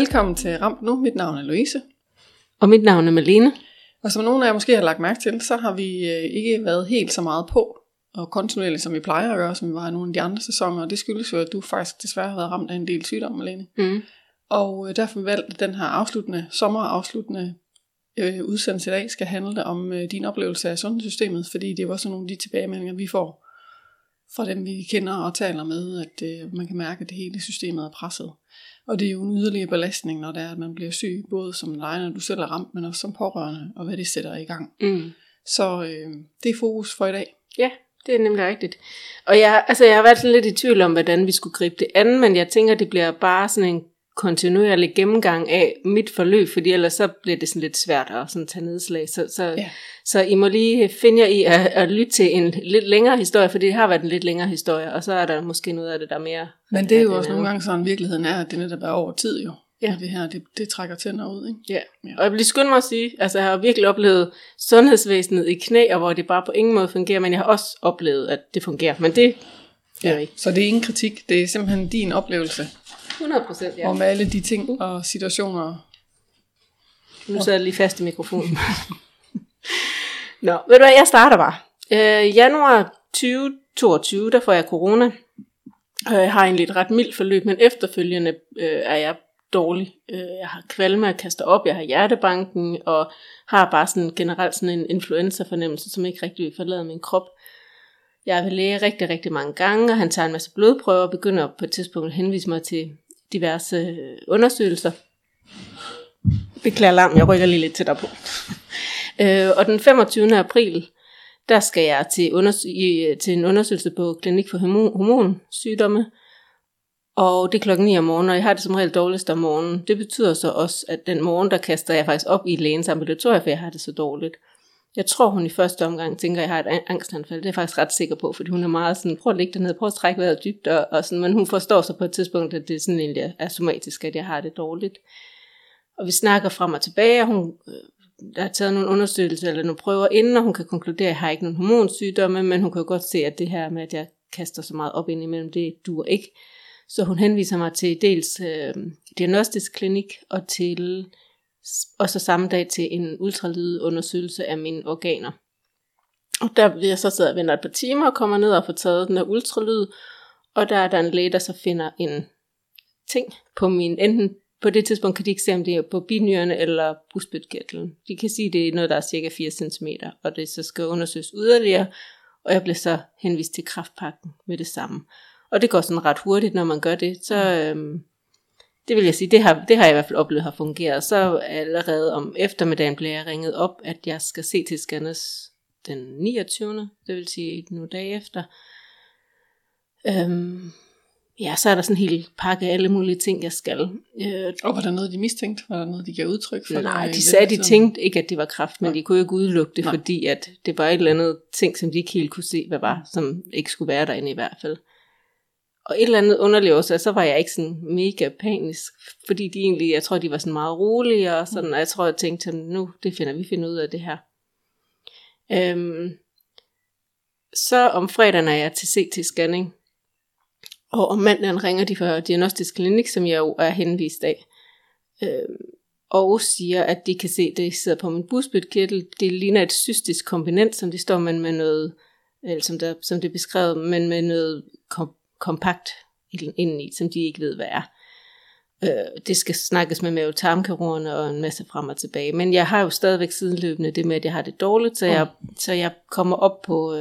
Velkommen til Ramp Nu. Mit navn er Louise. Og mit navn er Malene. Og som nogle af jer måske har lagt mærke til, så har vi ikke været helt så meget på og kontinuerligt, som vi plejer at gøre, som vi var i nogle af de andre sæsoner. Og det skyldes jo, at du faktisk desværre har været ramt af en del sygdom, Malene. Og derfor valgte den her sommerafsluttende udsendelse i dag skal handle om din oplevelse af sundhedssystemet, fordi det var sådan nogle af de tilbagemeldinger, vi får fra dem, vi kender og taler med, at man kan mærke, at det hele systemet er presset. Og det er jo en yderligere belastning, når det er, at man bliver syg, både som dig, når du selv er ramt, men også som pårørende, og hvad det sætter i gang. Så det er fokus for i dag. Ja, det er nemlig rigtigt. Og jeg har været sådan lidt i tvivl om, hvordan vi skulle gribe det an, men jeg tænker, det bliver bare sådan en kontinuerlig gennemgang af mit forløb, fordi ellers så bliver det sådan lidt svært at sådan tage nedslag. Så I må lige finde jer i at lytte til en lidt længere historie, fordi det har været en lidt længere historie, og så er der måske noget af det, der er mere... Men det er jo også nogle gange sådan, virkeligheden er, at det netop er over tid jo. Ja. Det her, det trækker tænder ud, ikke? Ja. Og jeg vil skynde mig at sige, altså jeg har virkelig oplevet sundhedsvæsenet i knæ, og hvor det bare på ingen måde fungerer, men jeg har også oplevet, at det fungerer. Men det er ikke. Så det er ingen kritik, det er simpelthen din oplevelse. 100%, ja. Om alle de ting og situationer. Nu sidder jeg lige fast i mikrofonen. Nå, ved du hvad, jeg starter bare. Januar 2022, der får jeg corona. Jeg har egentlig et ret mildt forløb, men efterfølgende er jeg dårlig. Jeg har kvalme, jeg kaster op, jeg har hjertebanken, og har bare sådan generelt sådan en influenza-fornemmelse, som ikke rigtig vil forlade min krop. Jeg er ved læge rigtig, rigtig mange gange, og han tager en masse blodprøver og begynder på et tidspunkt at henvise mig til diverse undersøgelser. Beklager larm, jeg rykker lige lidt tættere på. Og den 25. april, der skal jeg til en undersøgelse på Klinik for Hormonsygdomme. Og det er 9:00 om morgenen, og jeg har det som regel dårligst om morgenen. Det betyder så også, at den morgen, der kaster jeg faktisk op i lægens ambulatorium, for jeg har det så dårligt. Jeg tror, hun i første omgang tænker, at jeg har et angstanfald. Det er jeg faktisk ret sikker på, fordi hun er meget sådan, prøv at ligge dernede, prøv at trække vejret dybt, og sådan, men hun forstår så på et tidspunkt, at det sådan egentlig er somatisk, at jeg har det dårligt. Og vi snakker frem og tilbage, og hun der har taget nogle undersøgelser eller nogle prøver inden, og hun kan konkludere, at jeg har ikke nogen hormonsygdomme, men hun kan jo godt se, at det her med, at jeg kaster så meget op ind imellem, det duer ikke. Så hun henviser mig til dels diagnostisk klinik, og så samme dag til en ultralydundersøgelse af mine organer. Og der vil jeg så sidde og vente et par timer og kommer ned og får taget den her ultralyd, og der er der en læge, der så finder en ting på min, enten på det tidspunkt kan de ikke se, om det er på binyrerne eller bugspytkirtlen. De kan sige, at det er noget, der er cirka 4 cm, og det så skal undersøges yderligere, og jeg bliver så henvist til kræftpakken med det samme. Og det går sådan ret hurtigt, når man gør det, så det vil jeg sige, det har jeg i hvert fald oplevet har fungeret. Så allerede om eftermiddagen bliver jeg ringet op, at jeg skal se til scannes den 29. Det vil sige nogle dage efter. Ja, så er der sådan en hel pakke af alle mulige ting, jeg skal. Og var der noget, de mistænkte? Var der noget, de gav udtryk for? Nej, de sagde, de tænkte ikke, at det var kræft, men de kunne ikke udelukke det, fordi at det var et eller andet ting, som de ikke helt kunne se, hvad var, som ikke skulle være derinde i hvert fald. Og et eller andet underligt også, så var jeg ikke sådan mega panisk, fordi de egentlig, jeg tror, de var sådan meget rolige, og sådan, og jeg tror, jeg tænkte, nu, vi finder ud af det her. Så om fredagen er jeg til CT-scanning, og om mandagen ringer de fra diagnostisk klinik, som jeg jo er henvist af, og siger, at de kan se, at det sidder på min bugspytkirtel. Det ligner et cystisk kombinat, som det står man med noget, eller som det er beskrevet, men med noget kompakt indeni, som de ikke ved, hvad er. Det skal snakkes med mavetarmkirurgerne og en masse frem og tilbage. Men jeg har jo stadigvæk sideløbende det med, at jeg har det dårligt, så jeg kommer op på...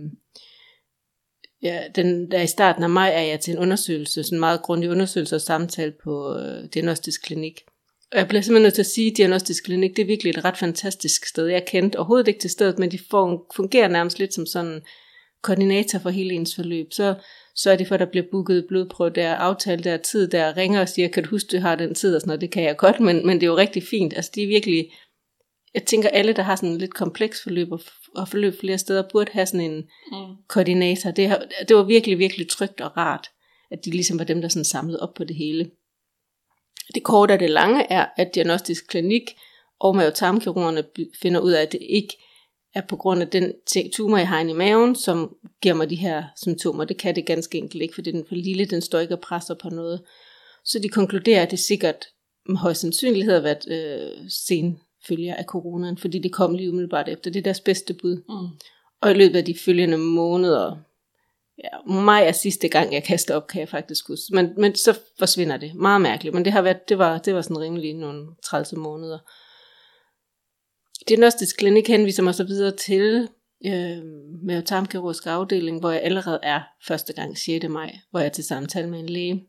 der i starten af maj er jeg til en undersøgelse, sådan en meget grundig undersøgelse og samtale på diagnostisk klinik. Og jeg bliver simpelthen nødt til at sige, at diagnostisk klinik, det er virkelig et ret fantastisk sted. Jeg kendte overhovedet ikke til stedet, men de fungerer nærmest lidt som sådan koordinator for hele ens forløb. Så er det for, at der bliver booket blodprøve der, aftalt der tid, der ringer og siger, kan du huske, du har den tid og sådan noget, det kan jeg godt, men det er jo rigtig fint. Altså de er virkelig, jeg tænker alle, der har sådan en lidt kompleks forløb og forløb flere steder, burde have sådan en koordinator. Det var virkelig, virkelig trygt og rart, at de ligesom var dem, der sådan samlede op på det hele. Det korte og det lange er, at diagnostisk klinik og mavetarmkirurgerne finder ud af, at det ikke er på grund af den tumor, jeg har inde i maven, som giver mig de her symptomer. Det kan det ganske enkelt ikke, fordi den er for lille, den står ikke og presser på noget. Så de konkluderer, at det sikkert højst sandsynlighed har været senfølger af coronaen, fordi det kom lige umiddelbart efter. Det er deres bedste bud. Og i løbet af de følgende måneder, maj er sidste gang, jeg kaster op, kan jeg faktisk huske. Men så forsvinder det. Meget mærkeligt. Men det var sådan rimelig nogle trælse måneder. Diagnostisk Klinik henviser mig så videre til mavetarmkirurgisk afdeling, hvor jeg allerede er første gang 6. maj, hvor jeg er til samtale med en læge.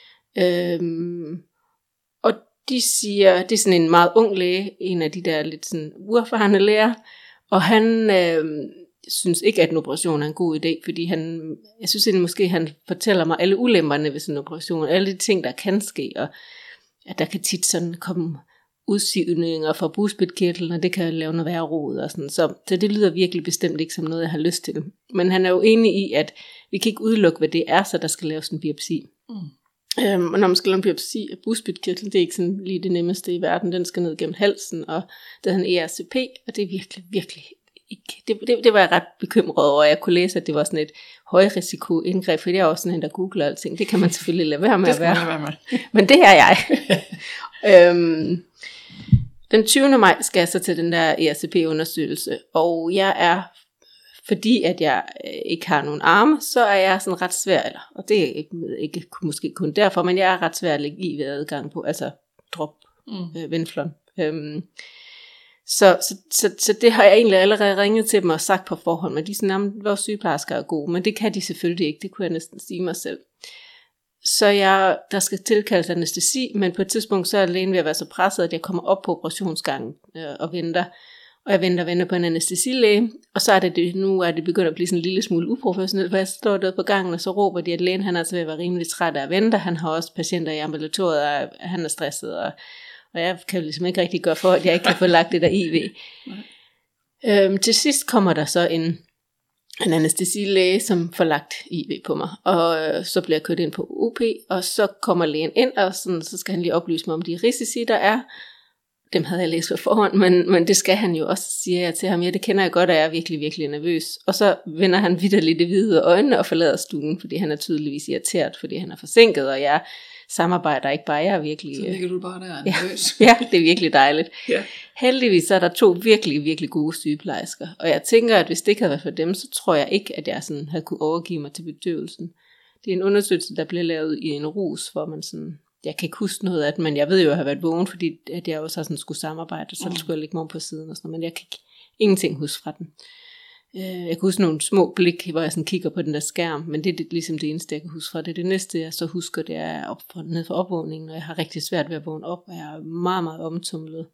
Og de siger, det er sådan en meget ung læge, en af de der lidt sådan uerfarne læger, og han synes ikke, at en operation er en god idé, fordi jeg synes egentlig måske, han fortæller mig alle ulemperne ved sådan en operation, alle de ting, der kan ske, og at der kan tit sådan komme udsivninger fra bugspytkirtlen, og det kan lave noget værre rod og sådan. Så det lyder virkelig bestemt ikke som noget, jeg har lyst til. Men han er jo enig i, at vi kan ikke udelukke, hvad det er, så der skal laves en biopsi. Og når man skal lave en biopsi af bugspytkirtlen, det er ikke sådan lige det nemmeste i verden. Den skal ned gennem halsen, og det hedder en ERCP, og det er virkelig, virkelig ikke. Det var jeg ret bekymret over, og jeg kunne læse, at det var sådan et højrisiko indgreb, for jeg er også sådan en, der googler alting. Det kan man selvfølgelig lade være med at være. Men det er jeg. Den 20. maj skal jeg så til den der ERCP-undersøgelse, og jeg er, fordi at jeg ikke har nogen arme, så er jeg sådan ret svær, og det er ikke måske kun derfor, men jeg er ret svær at lægge i ved adgang på, altså drop venflon. Så det har jeg egentlig allerede ringet til dem og sagt på forhånd, men de er sådan, vores sygeplejersker er gode, men det kan de selvfølgelig ikke, det kunne jeg næsten sige mig selv. Så der skal tilkaldes anæstesi, men på et tidspunkt så er lægen ved at være så presset, at jeg kommer op på operationsgangen og venter. Og jeg venter på en anæstesilæge, og så nu er det begyndt at blive sådan en lille smule uprofessionelt, for jeg står derude på gangen, og så råber de, at lægen han er altså ved at være rimelig træt af at vente. Han har også patienter i ambulatoriet, og han er stresset, og jeg kan jo ligesom ikke rigtig gøre for, at jeg ikke kan få lagt det der IV. Til sidst kommer der så en anæstesilæge, som får lagt IV på mig, og så bliver jeg kørt ind på OP, og så kommer lægen ind, og så skal han lige oplyse mig om de risici, der er. Dem havde jeg læst på forhånd, men det skal han jo også, siger jeg til ham. Ja, det kender jeg godt, og jeg er virkelig, virkelig nervøs. Og så vender han vitterligt det hvide øjnene og forlader stuen, fordi han er tydeligvis irriteret, fordi han er forsinket, og jeg samarbejder ikke bare, jeg er virkelig... Så ligger du bare der og nervøs. Ja, det er virkelig dejligt. Ja. Heldigvis så er der 2 virkelig, virkelig gode sygeplejersker, og jeg tænker, at hvis det ikke havde været for dem, så tror jeg ikke, at jeg sådan havde kunne overgive mig til bedøvelsen. Det er en undersøgelse, der bliver lavet i en rus, hvor man sådan... Jeg kan ikke huske noget af det, men jeg ved jo, at jeg har været vågen, fordi at jeg også har sådan skulle samarbejde, så skulle jeg lægge mig om på siden og sådan noget, men jeg kan ingenting huske fra den. Jeg kan huske nogle små blik, hvor jeg sådan kigger på den der skærm, men det er ligesom det eneste, jeg kan huske fra det. Det næste, jeg så husker, det er ned for opvågningen, og jeg har rigtig svært ved at vågne op, og jeg er meget, meget omtumlet.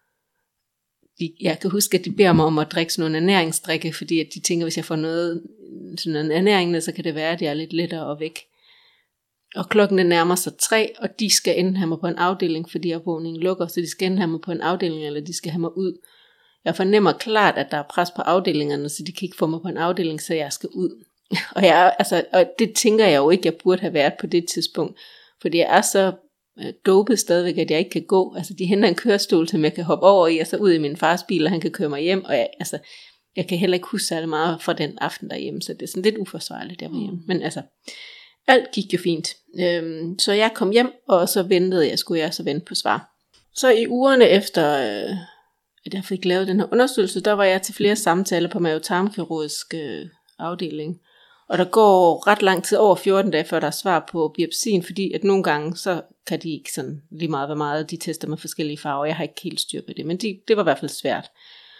Jeg kan huske, at de beder mig om at drikke sådan nogle ernæringsdrikke, fordi at de tænker, hvis jeg får noget sådan en ernæring, så kan det være, at jeg er lidt lettere at væk. Og klokken nærmer sig 3, og de skal enten have mig på en afdeling, fordi opvågningen lukker, så de skal enten have mig på en afdeling, eller de skal have mig ud. Jeg fornemmer klart, at der er pres på afdelingerne, så de kan ikke få mig på en afdeling, så jeg skal ud. Og det tænker jeg jo ikke, jeg burde have været på det tidspunkt, fordi jeg er så dopet stadigvæk, at jeg ikke kan gå. Altså de henter en kørestol, som jeg kan hoppe over i, og så ud i min fars bil, og han kan køre mig hjem, og jeg kan heller ikke huske særlig meget fra den aften derhjemme, så det er sådan lidt uforsvarligt, jeg var hjemme. Men altså... Alt gik jo fint. Så jeg kom hjem, og så skulle jeg så vente på svar. Så i ugerne efter, at jeg fik lavet den her undersøgelse, der var jeg til flere samtaler på mavetarmkirurgisk afdeling. Og der går ret lang tid, over 14 dage, før der er svar på biopsien, fordi at nogle gange, så kan de ikke sådan lige meget, hvor meget de tester med forskellige farver. Jeg har ikke helt styr på det, men det var i hvert fald svært.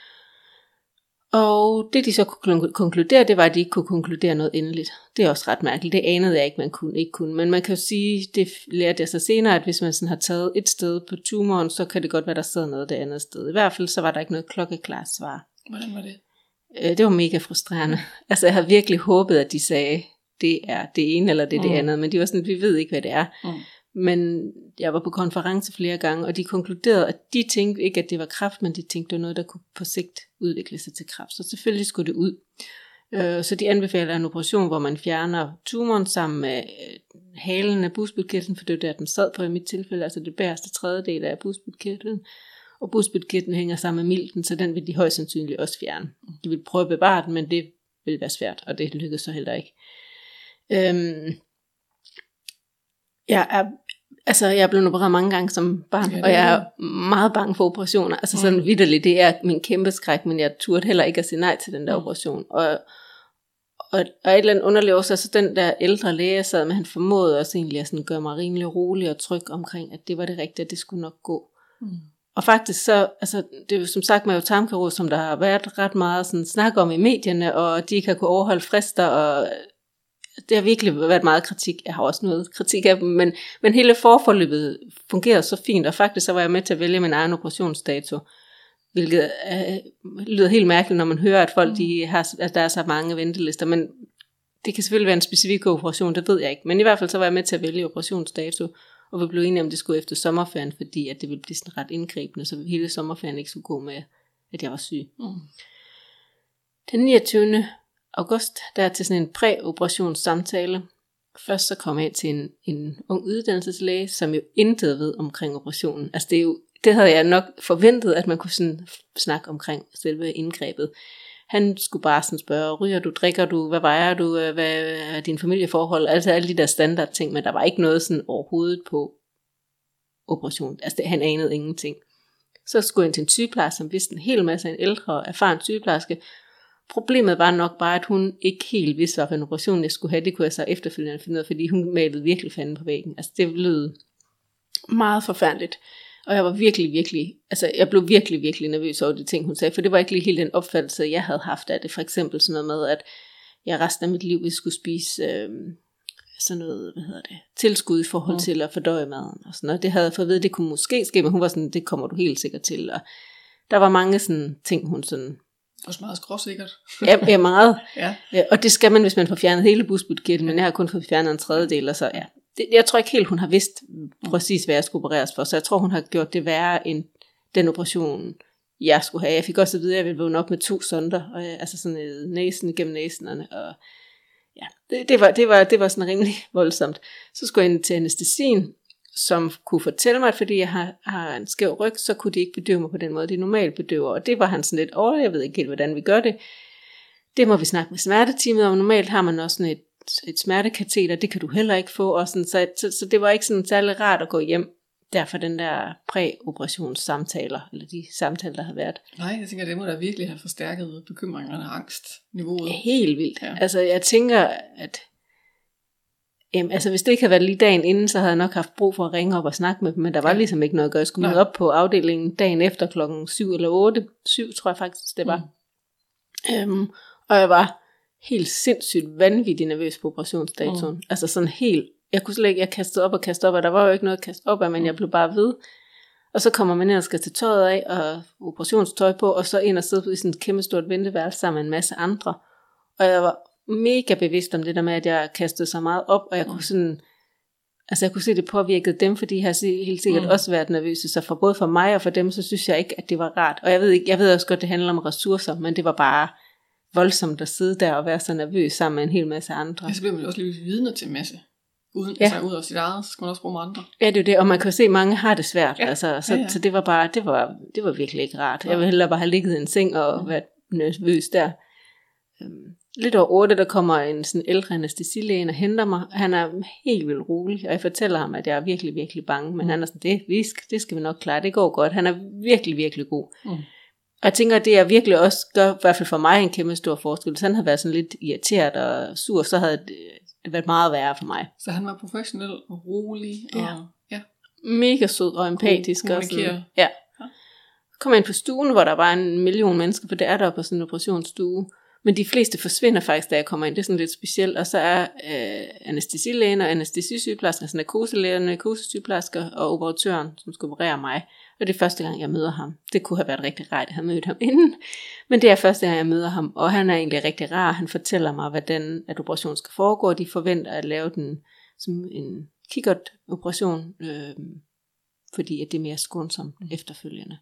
Og det de så kunne konkludere, det var, at de ikke kunne konkludere noget endeligt. Det er også ret mærkeligt. Det anede jeg ikke, man ikke kunne. Men man kan jo sige, det lærte jeg så senere, at hvis man sådan har taget et sted på tumoren, så kan det godt være, der sidder noget det andet sted. I hvert fald så var der ikke noget klokkeklart svar. Hvordan var det? Det var mega frustrerende. Altså jeg havde virkelig håbet, at de sagde, det er det ene eller det andet. Men de var sådan, vi ved ikke, hvad det er. Men jeg var på konference flere gange, og de konkluderede, at de tænkte ikke, at det var kræft, men de tænkte, det var noget, der kunne på sigt udvikle sig til kræft. Så selvfølgelig skulle det ud. Så de anbefaler en operation, hvor man fjerner tumoren sammen med halen af bugspytkirtlen, for det er der, den sad på i mit tilfælde, altså det bagerste tredjedel af bugspytkirtlen. Og bugspytkirtlen hænger sammen med milten, så den vil de højst sandsynligt også fjerne. De vil prøve at bevare den, men det vil være svært, og det lykkedes så heller ikke. Jeg er Altså, jeg er blevet opereret mange gange som barn, og jeg er meget bange for operationer. Altså sådan vitterligt, det er min kæmpe skræk, men jeg turde heller ikke at sige nej til den der operation. Og et eller andet underlevelse, så den der ældre læge, jeg sad med, han formåede også egentlig at sådan gøre mig rimelig rolig og tryg omkring, at det var det rigtige, at det skulle nok gå. Og faktisk så, altså det er jo som sagt mavetarmkirurg, som der har været ret meget sådan snak om i medierne, og de ikke har kunnet overholde frister, og det har virkelig været meget kritik. Jeg har også noget kritik af dem, men hele forforløbet fungerer så fint, og faktisk så var jeg med til at vælge min egen operationsdato, hvilket lyder helt mærkeligt, når man hører, at folk at der er så mange ventelister, men det kan selvfølgelig være en specifik operation, det ved jeg ikke, men i hvert fald så var jeg med til at vælge operationsdato, og vi blev enige om, det skulle efter sommerferien, fordi at det ville blive sådan ret indgribende, så hele sommerferien ikke skulle gå med, at jeg var syg. Den 29. august, der er til sådan en præoperationssamtale. Først så kom jeg ind til en ung uddannelseslæge, som jo intet ved omkring operationen. Altså det havde jeg nok forventet, at man kunne sådan snakke omkring selve indgrebet. Han skulle bare sådan spørge, ryger du, drikker du, hvad vejer du, hvad er dine familieforhold, altså alle de der standard ting, men der var ikke noget sådan overhovedet på operation. Altså han anede ingenting. Så skulle jeg ind til en sygeplejerske, som vidste en hel masse, en ældre, erfaren sygeplejerske. Problemet var nok bare, at hun ikke helt vidste, hvad en operation jeg skulle have. Det kunne jeg så efterfølgende finde ud af, fordi hun malede virkelig fanden på væggen. Altså det lød meget forfærdeligt. Og jeg var jeg blev virkelig nervøs over de ting, hun sagde, for det var ikke lige helt den opfattelse, jeg havde haft af det. For eksempel sådan noget med, at jeg resten af mit liv skulle spise sådan noget, tilskud i forhold til at fordøje maden og sådan noget. Det havde jeg fået at vide, det kunne måske ske, men hun var sådan, det kommer du helt sikkert til. Og der var mange sådan ting, hun sådan... Også meget skråsikkert. Ja, meget. Ja. Og det skal man, hvis man får fjernet hele busbudgettet, men jeg har kun fået fjernet en tredjedel, og så ja. Jeg tror ikke helt, hun har vidst præcis, hvad jeg skulle opereres for, så jeg tror, hun har gjort det værre end den operation, jeg skulle have. Jeg fik også at vide, at jeg ville vågne op med 2 sonder, og altså sådan næsen gennem næserne, og ja, det var sådan rimelig voldsomt. Så skulle jeg ind til anæstesien, som kunne fortælle mig, at fordi jeg har en skæv ryg, så kunne de ikke bedøve mig på den måde, de normalt bedøver, og det var han sådan lidt jeg ved ikke helt, hvordan vi gør det. Det må vi snakke med smerteteamet om. Normalt har man også sådan et smertekateter, det kan du heller ikke få, og sådan, så det var ikke sådan særlig rart at gå hjem, derfor den der præoperationssamtaler, eller de samtaler, der har været. Nej, jeg tænker, det må da virkelig have forstærket bekymringerne og angstniveauet. Helt vildt. Ja. Altså, jeg tænker, at hvis det ikke havde været lige dagen inden, så havde jeg nok haft brug for at ringe op og snakke med dem, men der var ligesom ikke noget at gøre. Jeg skulle møde op på afdelingen dagen efter klokken 7 eller 8. 7 tror jeg faktisk, det var. Og jeg var helt sindssygt vanvittigt nervøs på operationsdatoen. Altså sådan helt, jeg kunne slet ikke, jeg kastede op, og der var jo ikke noget at kaste op af, men jeg blev bare ved. Og så kommer man ind og skal tage tøjet af, og operationstøj på, og så ind og sidde i sådan et kæmpe stort venteværelse sammen med en masse andre. Og jeg var mega bevidst om det der med, at jeg kastede så meget op, og jeg kunne sådan, altså jeg kunne se, det påvirkede dem, fordi jeg har helt sikkert også været nervøse, så både for mig og for dem, så synes jeg ikke, at det var rart. Og jeg ved også godt, det handler om ressourcer, men det var bare voldsomt at sidde der og være så nervøs sammen med en hel masse andre. Ja, så bliver man jo også lige vidner til en masse. Ud over sit eget, så skal man også bruge andre. Ja, det er jo det, og man kan jo se, at mange har det svært. Ja. Altså, så det var bare, det var virkelig ikke rart. Jeg ville hellere bare have ligget i en seng og været nervøs der. Lidt over 8, der kommer en sådan ældre anæstesilæge og henter mig. Han er helt vildt rolig, og jeg fortæller ham, at jeg er virkelig, virkelig bange. Men han er sådan, det skal vi nok klare, det går godt. Han er virkelig, virkelig god. Og jeg tænker, at det er virkelig også gør, i hvert fald for mig, en kæmpe stor forskel. Hvis han havde været sådan lidt irriteret og sur, så havde det været meget værre for mig. Så han var professionel og rolig og mega sød og empatisk. Og sådan, Så kom jeg ind på stuen, hvor der var 1 million mennesker, for det er der på sådan en operationsstue. Men de fleste forsvinder faktisk, da jeg kommer ind. Det er sådan lidt specielt. Og så er anæstesilægen og anæstesisygeplejersker, altså narkoselæger, narkosesygeplejersker og operatøren, som skal operere mig. Og det er første gang, jeg møder ham. Det kunne have været rigtig rart, at have mødt ham inden. Men det er første gang, jeg møder ham. Og han er egentlig rigtig rar. Han fortæller mig, hvordan at operationen skal foregå. De forventer at lave den som en kikkert-operation, fordi at det er mere skånsomt efterfølgende.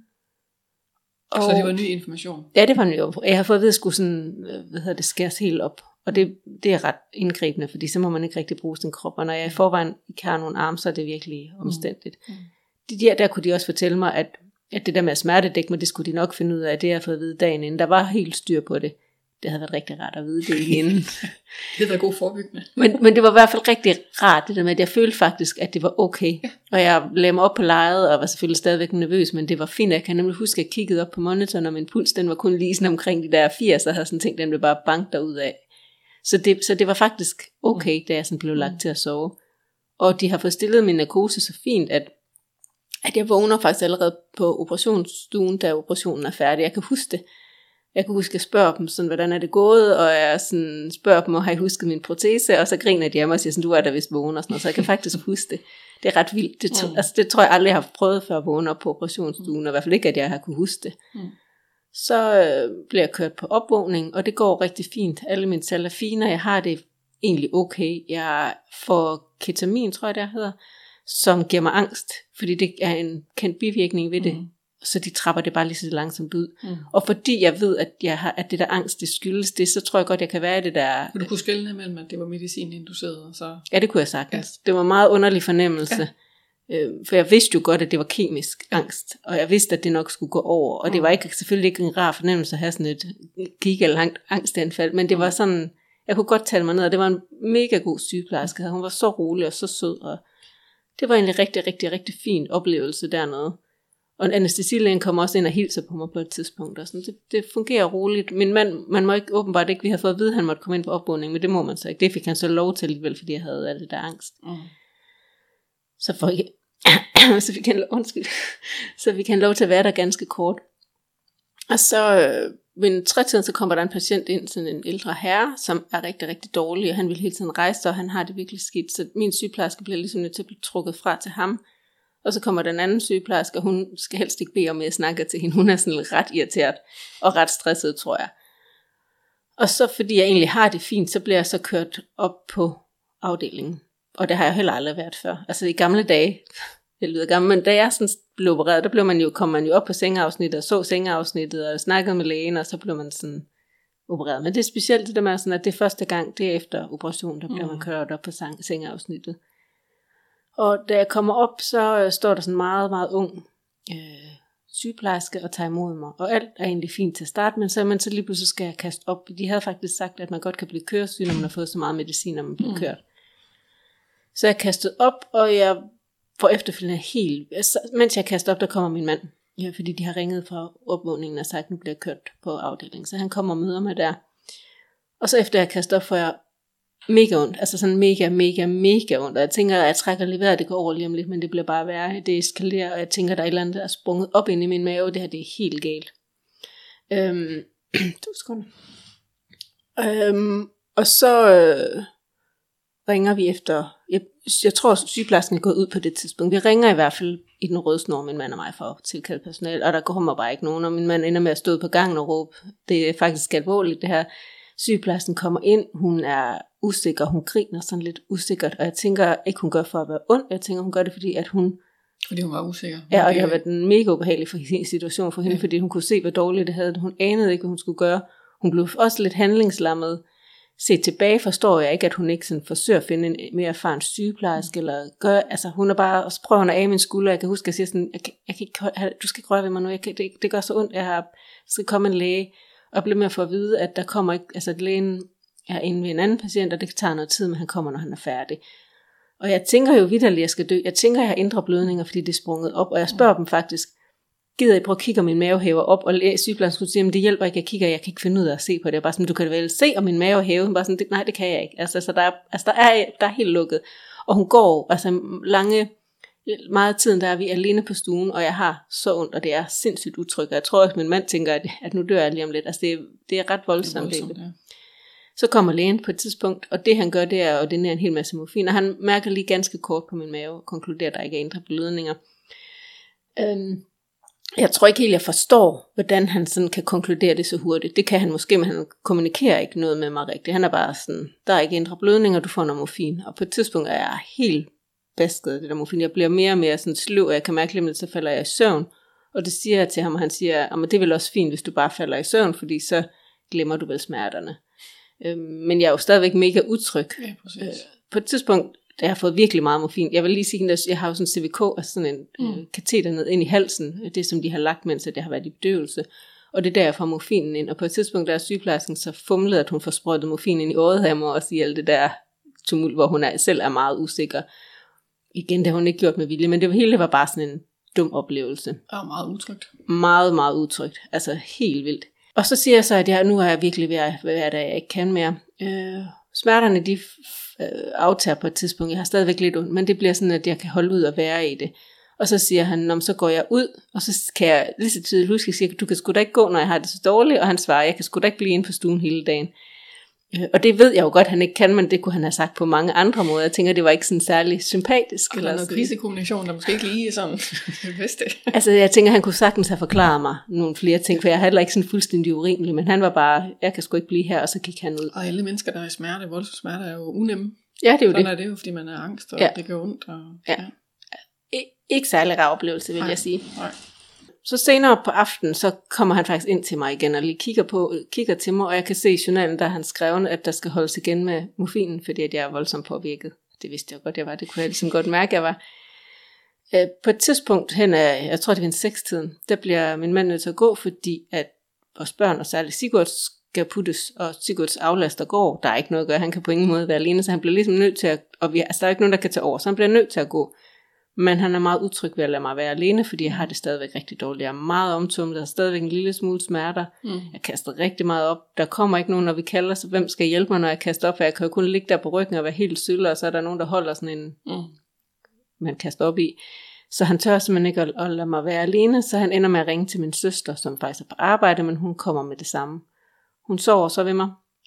Og så det var ny information? Ja, det var ny information. Jeg har fået at vide, at skulle sådan, skæres helt op. Og det er ret indgribende, fordi så må man ikke rigtig bruge sin krop. Og når jeg i forvejen ikke har nogen arme, så er det virkelig omstændigt. Der kunne de også fortælle mig, at det der med at smertedække mig, det skulle de nok finde ud af. Det har jeg fået at vide dagen inden. Der var helt styr på det. Det havde været rigtig rart at vide det inden. Det havde været god forebyggende. Men det var i hvert fald rigtig rart, det der med, at jeg følte faktisk, at det var okay. Ja. Og jeg lagde mig op på lejet, og var selvfølgelig stadigvæk nervøs, men det var fint. Jeg kan nemlig huske, at jeg kiggede op på monitoren, og min puls, den var kun lige sådan omkring de der 80, og havde sådan tænkt, den blev bare bank derudad. Så det var faktisk okay, da jeg sådan blev lagt til at sove. Og de har fået stillet min narkose så fint, at jeg vågner faktisk allerede på operationsstuen, da operationen er færdig. Jeg kan huske det. Jeg kan huske, at jeg spørger dem, sådan, hvordan er det gået, og jeg sådan, spørger dem, har I husket min protese, og så griner de af mig og siger, sådan, du er der vist vågen, og sådan noget, så jeg kan faktisk huske det. Det er ret vildt. Det tror jeg aldrig, jeg har prøvet før at vågne op på operationsstuen, og i hvert fald ikke, at jeg har kunne huske det. Så bliver jeg kørt på opvågning, og det går rigtig fint. Alle mine tal er fine, jeg har det egentlig okay. Jeg får ketamin, tror jeg det hedder, som giver mig angst, fordi det er en kendt bivirkning ved det. Så de trapper det bare lige så langsomt ud. Og fordi jeg ved, at det der angst, det skyldes det, så tror jeg godt, jeg kan være i det der... Du kunne skelne mellem, at det var medicininduceret? Så... Ja, det kunne jeg sagtens. Ja. Det var en meget underlig fornemmelse. Ja. For jeg vidste jo godt, at det var kemisk angst. Og jeg vidste, at det nok skulle gå over. Og det var selvfølgelig ikke en rar fornemmelse at have sådan et gig eller angstanfald. Men det var sådan... Jeg kunne godt tale mig ned, og det var en mega god sygeplejerske. Hun var så rolig og så sød. Og det var egentlig rigtig, rigtig, rigtig fin oplevelse dernede. Og anæstesilægen kommer også ind og hilser på mig på et tidspunkt. Og sådan. Det fungerer roligt. Min mand, man må ikke åbenbart ikke, vi har fået at vide, at han måtte komme ind på opvågning, men det må man så ikke. Det fik han så lov til alligevel, fordi jeg havde alt det der angst. Så fik han lov til at være der ganske kort. Og så ved 3-tiden, så kommer der en patient ind, sådan en ældre herre, som er rigtig, rigtig dårlig, og han vil hele tiden rejse, og han har det virkelig skidt. Så min sygeplejerske bliver ligesom nødt til at blive trukket fra til ham. Og så kommer den anden sygeplejerske, og hun skal helst ikke bede om, at jeg snakker til hende. Hun er sådan ret irriteret og ret stresset, tror jeg. Og så fordi jeg egentlig har det fint, så bliver jeg så kørt op på afdelingen. Og det har jeg heller aldrig været før. Altså i gamle dage, det lyder gammel, men da jeg sådan blev opereret, der kom man jo op på sengeafsnittet og så sengeafsnittet og snakkede med lægen, og så blev man sådan opereret. Men det er specielt det der med, sådan, at det er første gang, det er efter operation, der bliver man kørt op på sengeafsnittet. Og da jeg kommer op, så står der sådan en meget, meget ung sygeplejerske og tager imod mig. Og alt er egentlig fint til at starte, men så lige pludselig skal jeg kaste op. De havde faktisk sagt, at man godt kan blive køresyg, når man har fået så meget medicin, når man bliver kørt. Så jeg kastede op, og jeg får efterfølgende mens jeg kaster op, der kommer min mand. Ja, fordi de har ringet fra opvågningen og sagt, at nu bliver jeg kørt på afdelingen. Så han kommer og møder mig der. Og så efter jeg kaster op, får jeg mega ondt, altså sådan mega ondt, og jeg tænker, at jeg trækker lige vejret, det går over lige om lidt, men det bliver bare værre, det eskalerer, og jeg tænker, der er et eller andet, der er sprunget op ind i min mave, det her, det er helt galt. 2 sekunder. Og så ringer vi efter, jeg tror, sygeplejersken er gået ud på det tidspunkt, vi ringer i hvert fald i den røde snor, min mand og mig, for at tilkalde personale, og der kommer bare ikke nogen, og min mand ender med at stå på gangen og råbe, det er faktisk alvorligt det her. Sygeplejersken kommer ind, hun er usikker, hun griner sådan lidt usikkert, og jeg tænker ikke, hun gør for at være ond, jeg tænker, hun gør det, fordi hun var usikker. Ja, og det har været en mega ubehagelig situation for hende, fordi hun kunne se, hvor dårligt det havde. Hun anede ikke, hvad hun skulle gøre. Hun blev også lidt handlingslammet. Set tilbage forstår jeg ikke, at hun ikke sådan forsøger at finde en mere erfaren sygeplejerske, eller gør, altså hun er bare, og så prøver hun at af min skulder, jeg kan huske, at jeg siger sådan, jeg kan ikke, du skal ikke røre ved mig nu, det gør så ondt, skal komme en læge, og bliver med at få at vide, at der kommer ikke, altså lægen er inde ved en anden patient, og det tager noget tid, men han kommer, når han er færdig. Og jeg tænker jo vitterligt, at jeg skal dø. Jeg tænker, at jeg har indre blødninger, fordi det er sprunget op, og jeg spørger dem faktisk, gider I prøve at kigge, om min mave hæver op, og sygeplejersken skulle sige, men det hjælper ikke, jeg kan ikke finde ud af at se på det. Jeg er bare sådan, du kan vel se, om min mave hæver. Bare sådan, nej, det kan jeg ikke. Altså, så der er helt lukket. Og hun går, altså meget tiden, der er vi alene på stuen, og jeg har så ondt, og det er sindssygt utrygt. Og jeg tror også, min mand tænker, at nu dør jeg lige om lidt. Altså, det er ret voldsomt. Ja. Så kommer lægen på et tidspunkt, og det han gør, det er at ordinere en hel masse morfin, og han mærker lige ganske kort på min mave, og konkluderer, at der ikke er indre blødninger. Jeg tror ikke helt, jeg forstår, hvordan han sådan kan konkludere det så hurtigt. Det kan han måske, men han kommunikerer ikke noget med mig rigtigt. Han er bare sådan, der er ikke indre blødninger, du får noget morfin. Og på et tidspunkt er jeg helt basket af det der morfin. Jeg bliver mere og mere sådan sløv, og jeg kan mærke lidt, så falder jeg i søvn. Og det siger jeg til ham, og han siger, at det er vel også fint, hvis du bare falder i søvn, fordi så glemmer du vel smerterne. Men jeg er jo stadigvæk mega utryg. Ja, på et tidspunkt, da jeg har fået virkelig meget morfin, jeg vil lige sige, at jeg har jo sådan en CVK, altså sådan en kateter ned ind i halsen, det som de har lagt, mens jeg har været i bedøvelse. Og det er der, jeg får morfinen ind. Og på et tidspunkt, der er sygeplejersken så fumlet, at hun får sprøjtet morfin ind i øjet af mig, og siger alt det der tumult, hvor hun selv er meget usikker. Igen, det har hun ikke gjort med vilje, men det hele var bare sådan en dum oplevelse. Og meget utrygt. Meget, meget utrygt. Altså helt vildt. Og så siger jeg så, at nu er jeg virkelig ved at være der, jeg ikke kan mere. Smerterne, de aftager på et tidspunkt. Jeg har stadigvæk lidt ondt, men det bliver sådan, at jeg kan holde ud og være i det. Og så siger han, så går jeg ud, og så kan jeg lige så tydeligt huske, at jeg siger, du kan sgu da ikke gå, når jeg har det så dårligt. Og han svarer, jeg kan sgu da ikke blive inde på stuen hele dagen. Og det ved jeg jo godt, han ikke kan, men det kunne han have sagt på mange andre måder. Jeg tænker, det var ikke sådan særlig sympatisk. Eller noget krisekommunikation, der måske ikke lige sådan vidste det. Altså, jeg tænker, han kunne sagtens have forklaret mig nogle flere ting, for jeg er heller ikke sådan fuldstændig urimelig, men han var bare, jeg kan sgu ikke blive her, og så gik han ud. Og alle mennesker, der er i smerte, voldsom smerte, er jo unemme. Ja, det er jo sådan det. Er det jo, fordi man er angst, og det gør ondt. Og, Ikke særlig rar oplevelse, vil jeg sige. Nej. Så senere på aftenen, så kommer han faktisk ind til mig igen, og lige kigger til mig, og jeg kan se i journalen, der han skrevet, at der skal holdes igen med morfinen, fordi at jeg er voldsomt påvirket. Det vidste jeg godt, jeg var. Det kunne jeg ligesom godt mærke, jeg var. På et tidspunkt hen af, jeg tror det var en 6-tiden, der bliver min mand nødt til at gå, fordi at vores børn, og særligt Sigurd, skal puttes, og Sigurds aflaster går. Der er ikke noget at gøre, han kan på ingen måde være alene, så han bliver ligesom nødt til at, og der er ikke nogen, der kan tage over, så han bliver nødt til at gå. Men han er meget utryg ved at lade mig være alene, fordi jeg har det stadigvæk rigtig dårligt. Jeg er meget omtumlet, der er stadigvæk en lille smule smerter. Jeg kaster rigtig meget op. Der kommer ikke nogen, når vi kalder, så hvem skal hjælpe mig, når jeg kaster op? For jeg kan jo kun ligge der på ryggen og være helt sølle, og så er der nogen, der holder sådan en, man kaster op i. Så han tør simpelthen ikke at lade mig være alene, så han ender med at ringe til min søster, som faktisk er på arbejde, men hun kommer med det samme. Hun sover så ved mig,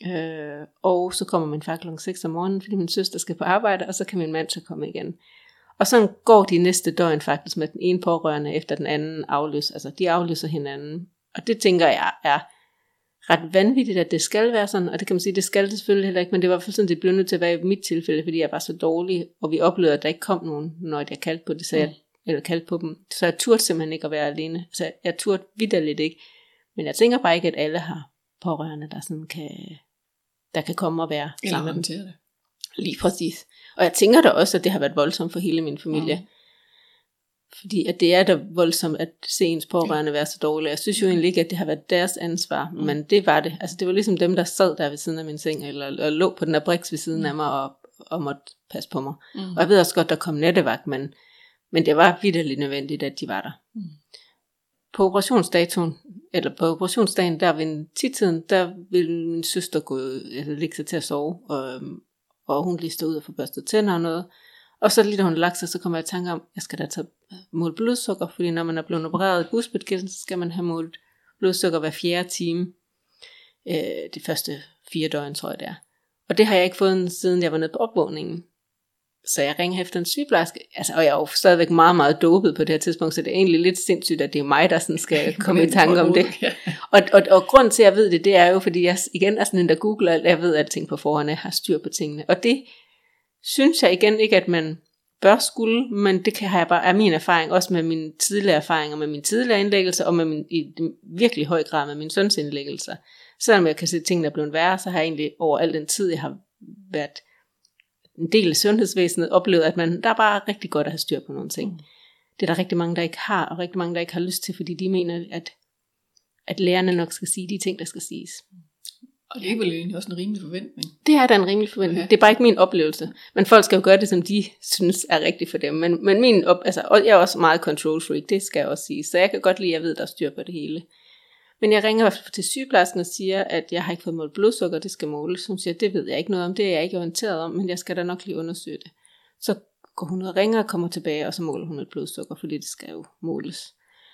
og så kommer min far klokken 6 om morgenen, fordi min søster skal på arbejde, og så kan min mand så komme igen. Og så går de næste døgn faktisk med den ene pårørende efter den anden afløs. Altså de afløser hinanden. Og det tænker jeg er ret vanvittigt, at det skal være sådan. Og det kan man sige, det skal det selvfølgelig heller ikke. Men det var sådan, det blev nødt til at være i mit tilfælde, fordi jeg var så dårlig. Og vi oplevede, at der ikke kom nogen, når jeg kaldte på det. Så eller kaldte på dem. Så jeg turde simpelthen ikke at være alene. Så jeg turde vitterligt ikke. Men jeg tænker bare ikke, at alle har pårørende, der sådan der kan komme og være sammen med dem. Lige præcis. Og jeg tænker da også, at det har været voldsomt for hele min familie. Fordi at det er da voldsomt at se ens pårørende være så dårlige. Jeg synes jo egentlig ikke, at det har været deres ansvar, men det var det. Altså det var ligesom dem, der sad der ved siden af min seng, eller lå på den der briks ved siden af mig, og måtte passe på mig. Og jeg ved også godt, der kom nattevagt, men det var vitterligt nødvendigt, at de var der. På operationsdagen, der ved 10-tiden, der ville min søster lægge sig til at sove, og hun lige stod ud og få børstet tænder og noget. Og så lige da hun lagt sig, så kommer jeg i tanke om, jeg skal da tage målt blodsukker, fordi når man er blevet opereret i bugspytkirtlen, så skal man have målt blodsukker hver 4. time. De første 4 døgn, tror jeg det er. Og det har jeg ikke fået, siden jeg var nede på opvågningen. Så jeg ringer efter en sygeplejerske, og jeg er jo stadigvæk meget, meget dopet på det her tidspunkt, så det er egentlig lidt sindssygt, at det er mig, der sådan skal komme i tanke om det. Og grund til, at jeg ved det, det er jo, fordi jeg igen er sådan en, der googler alt, jeg ved alting på forhånd, jeg har styr på tingene. Og det synes jeg igen ikke, at man bør skulle, men det har jeg bare af min erfaring, også med mine tidligere erfaringer, med mine tidligere indlæggelser, og med i virkelig høj grad med min søns indlæggelser. Selvom jeg kan se, at tingene er blevet værre, så har jeg egentlig over al den tid, jeg har været en del af sundhedsvæsenet, oplevet, at der er bare rigtig godt at have styr på nogle ting. Det er der rigtig mange, der ikke har, og rigtig mange, der ikke har lyst til, fordi de mener, at lærerne nok skal sige de ting, der skal siges. Og det er vel egentlig også en rimelig forventning. Det er da en rimelig forventning. Ja. Det er bare ikke min oplevelse. Men folk skal jo gøre det, som de synes er rigtigt for dem. Men jeg er også meget control freak, det skal jeg også sige. Så jeg kan godt lide, at jeg ved, at der er styr på det hele. Men jeg ringer til sygeplejersken og siger, at jeg har ikke fået målt blodsukker, det skal måles. Hun siger, det ved jeg ikke noget om, det er jeg ikke orienteret om, men jeg skal da nok lige undersøge det. Så går hun ud og ringer og kommer tilbage, og så måler hun et blodsukker, fordi det skal jo måles.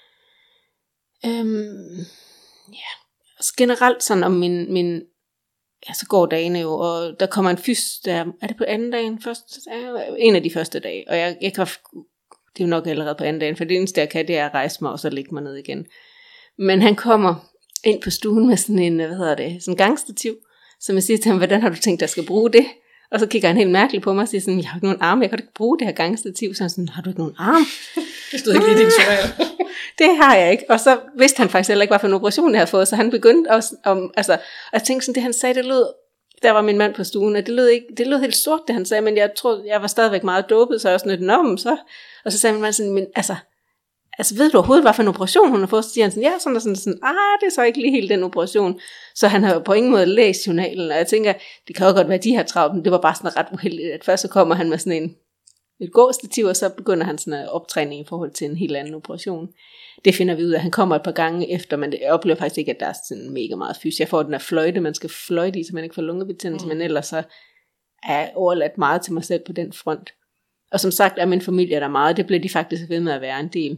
Så generelt sådan om min så går dagene jo, og der kommer en er det på anden dagen? En af de første dage, og jeg kan, det er jo nok allerede på anden dagen, for det eneste jeg kan, det er at rejse mig, og så lægge mig ned igen. Men han kommer ind på stuen med sådan en, sådan en gangstativ, som jeg siger til ham, hvordan har du tænkt dig, at jeg skal bruge det? Og så kigger han helt mærkeligt på mig og siger sådan, jeg har ikke nogen arme, jeg kan ikke bruge det her gangstativ. Så han sådan, har du ikke nogen arme? Det stod ikke lige din journal. Det har jeg ikke. Og så vidste han faktisk heller ikke, hvad for en operation jeg havde fået, så han begyndte også at tænke sådan, det han sagde, det lød, der var min mand på stuen, og det lød helt sort, det han sagde, men jeg troede, jeg var stadigvæk meget dopet, så jeg var sådan lidt, så. Og så sagde min mand sådan, men altså ved du overhovedet, hvad for en operation hun har fået? Så siger han sådan, ja, sådan, det er så ikke lige helt den operation. Så han har jo på ingen måde læst journalen, og jeg tænker, det kan jo godt være, de her travlt, men det var bare sådan ret uheldigt, at først så kommer han med sådan et gåstativ, og så begynder han sådan en optræning i forhold til en helt anden operation. Det finder vi ud af, at han kommer et par gange efter, men jeg oplever faktisk ikke, at der er sådan mega meget fys. Jeg får den af fløjte, man skal fløjte i, så man ikke får lungebetændelse, men ellers så er jeg overladt meget til mig selv på den front. Og som sagt er min familie der meget, det bliver de faktisk ved med at være en del.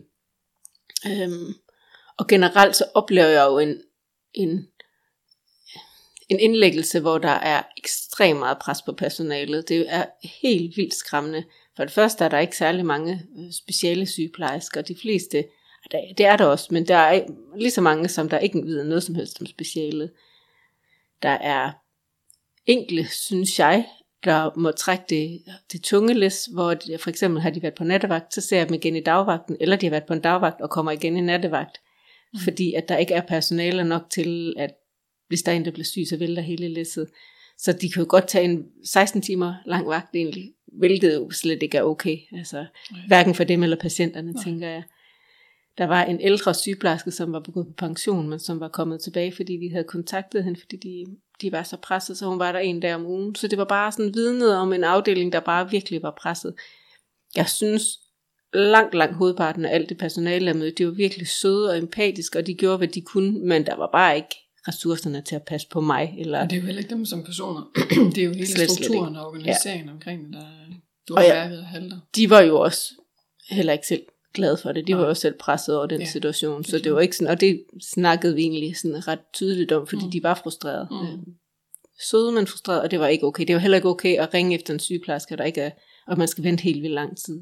Og generelt så oplever jeg jo en indlæggelse, hvor der er ekstremt meget pres på personalet. Det er helt vildt skræmmende. For det første er der ikke særlig mange speciale sygeplejersker. De fleste, det er der også, men der er lige så mange, som der ikke ved noget som helst om specialet. Der er enkelte, synes jeg, der må trække det tunge læs, hvor for eksempel har de været på nattevagt, så ser jeg dem igen i dagvagten, eller de har været på en dagvagt og kommer igen i nattevagt, fordi at der ikke er personale nok til, at hvis der er en, der bliver syg, så vælter hele læsset. Så de kan jo godt tage en 16 timer lang vagt egentlig, hvilket jo slet ikke er okay, altså hverken for dem eller patienterne, tænker jeg. Der var en ældre sygeplejerske, som var gået på pension, men som var kommet tilbage, fordi vi havde kontaktet hende, fordi de var så presset, så hun var der en dag om ugen. Så det var bare sådan vidnet om en afdeling, der bare virkelig var presset. Jeg synes, langt hovedparten af alt det personale, jeg mødte, de var virkelig søde og empatiske, og de gjorde, hvad de kunne, men der var bare ikke ressourcerne til at passe på mig. Eller men det er jo heller ikke dem som personer. Det er jo hele strukturen og organiseringen omkring det, der du har værket og halter. De var jo også heller ikke selv glade for det. De var jo selv presset over den situation, så det var ikke sådan, og det snakkede vi egentlig sådan ret tydeligt om, fordi de var frustrerede. Søde, men frustrerede, og det var ikke okay. Det var heller ikke okay at ringe efter en sygeplejerske, der ikke er, og man skal vente helt vildt lang tid.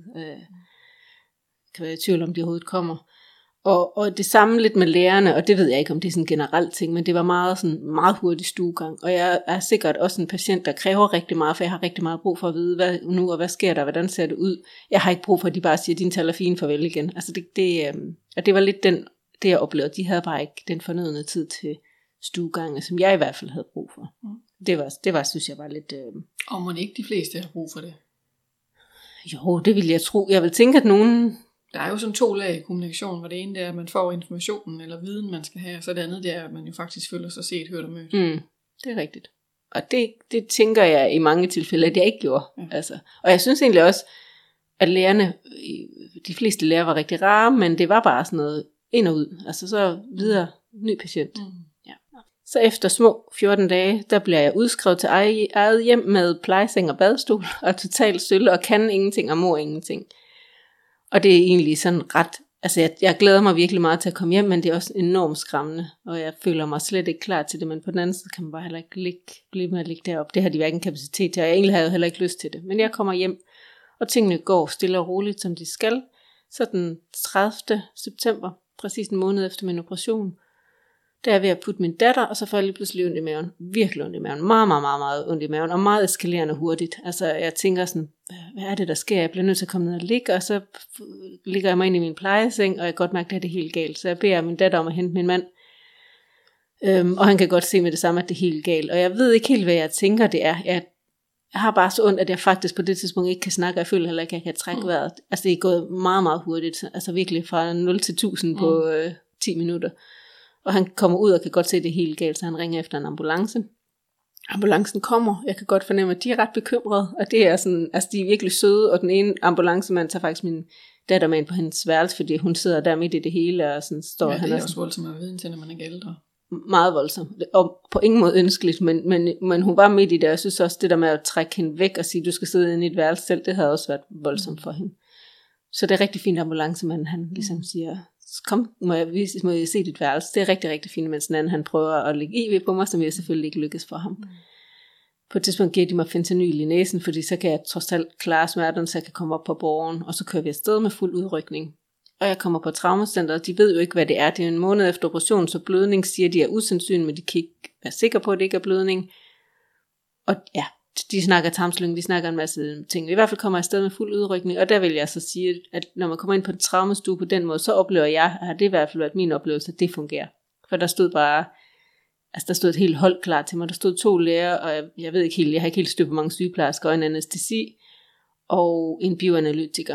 Kan være i tvivl om, de overhovedet kommer. Og det samme lidt med lærerne, og det ved jeg ikke, om det er sådan en generel ting, men det var meget hurtig stuegang. Og jeg er sikkert også en patient, der kræver rigtig meget, for jeg har rigtig meget brug for at vide, hvad nu, og hvad sker der, hvordan ser det ud. Jeg har ikke brug for, at de bare siger, din tal er fin, farvel igen. Altså det var lidt det, jeg oplevede. De havde bare ikke den fornødne tid til stuegange, som jeg i hvert fald havde brug for. Det var synes jeg, var lidt... Og må ikke de fleste have brug for det? Jo, det vil jeg tro. Jeg vil tænke, at nogen... Der er jo sådan 2 lag i kommunikation, hvor det ene det er, at man får informationen eller viden, man skal have, og så det andet det er, at man jo faktisk føler sig set, hørt og mødt. Det er rigtigt. Og det tænker jeg i mange tilfælde, at jeg ikke gjorde. Ja. Altså. Og jeg synes egentlig også, at lærerne, de fleste lærere var rigtig rare, men det var bare sådan noget ind og ud. Altså så videre, ny patient. Ja. Så efter små 14 dage, der bliver jeg udskrevet til eget hjem med plejeseng og badestol, og totalt sølle, og kan ingenting, og mor ingenting. Og det er egentlig sådan ret, altså jeg glæder mig virkelig meget til at komme hjem, men det er også enormt skræmmende, og jeg føler mig slet ikke klar til det, men på den anden side kan man bare heller ikke blive med at ligge deroppe. Det har de hverken kapacitet til, og jeg egentlig havde heller ikke lyst til det. Men jeg kommer hjem, og tingene går stille og roligt, som de skal. Så den 30. september, præcis en måned efter min operation, der er jeg ved at putte min datter, og så får jeg lige pludselig ondt i maven. Virkelig ondt i maven. Meget ondt i maven, og meget eskalerende hurtigt. Altså jeg tænker sådan, hvad er det der sker? Jeg bliver nødt til at komme ned og ligge, og så ligger jeg mig ind i min plejeseng, og jeg kan godt mærke, at det er helt galt. Så jeg beder min datter om at hente min mand, og han kan godt se med det samme, at det er helt galt. Og jeg ved ikke helt, hvad jeg tænker det er. Jeg har bare så ondt, at jeg faktisk på det tidspunkt ikke kan snakke, og jeg føler heller ikke, at jeg kan trække vejret. Altså det er gået meget hurtigt, altså virkelig fra 0 til 1000 på 10 minutter. Og han kommer ud og kan godt se, at det er helt galt, så han ringer efter en ambulance. Ambulancen kommer, jeg kan godt fornemme, at de er ret bekymrede, og det er sådan, altså de er virkelig søde, og den ene ambulancemand tager faktisk min datter med ind på hendes værelse, fordi hun sidder der midt i det hele, og sådan står han. Ja, det er også voldsomt at vide til, når man er ældre. Meget voldsomt, og på ingen måde ønskeligt, men hun var midt i det, og jeg synes også, det der med at trække hende væk og sige, du skal sidde inde i et værelse selv, det havde også været voldsomt for hende. Så det er rigtig fint, ambulancemanden, han ligesom siger, kom, må jeg se dit værelse. Det er rigtig, rigtig fint, mens den anden, han prøver at lægge IV på mig, som jeg selvfølgelig ikke lykkes for ham. På et tidspunkt giver de mig fentanyl i næsen, fordi så kan jeg trods alt klare smerterne, så jeg kan komme op på borgen, og så kører vi afsted med fuld udrykning. Og jeg kommer på traumacenteret, de ved jo ikke, hvad det er. Det er en måned efter operationen, så blødning siger, de er usandsynlige, men de kan ikke være sikre på, at det ikke er blødning. Og ja, de snakker tarmslyng, de snakker en masse ting. I hvert fald kommer jeg afsted med fuld udrykning, og der vil jeg så sige, at når man kommer ind på en traumastue på den måde, så oplever jeg, at det i hvert fald været min oplevelse, at det fungerer. For der stod bare, altså der stod et helt hold klar til mig. Der stod 2 læger, og jeg ved ikke helt, jeg har ikke helt styr på mange sygeplejersker, og en anæstesi, og en bioanalytiker.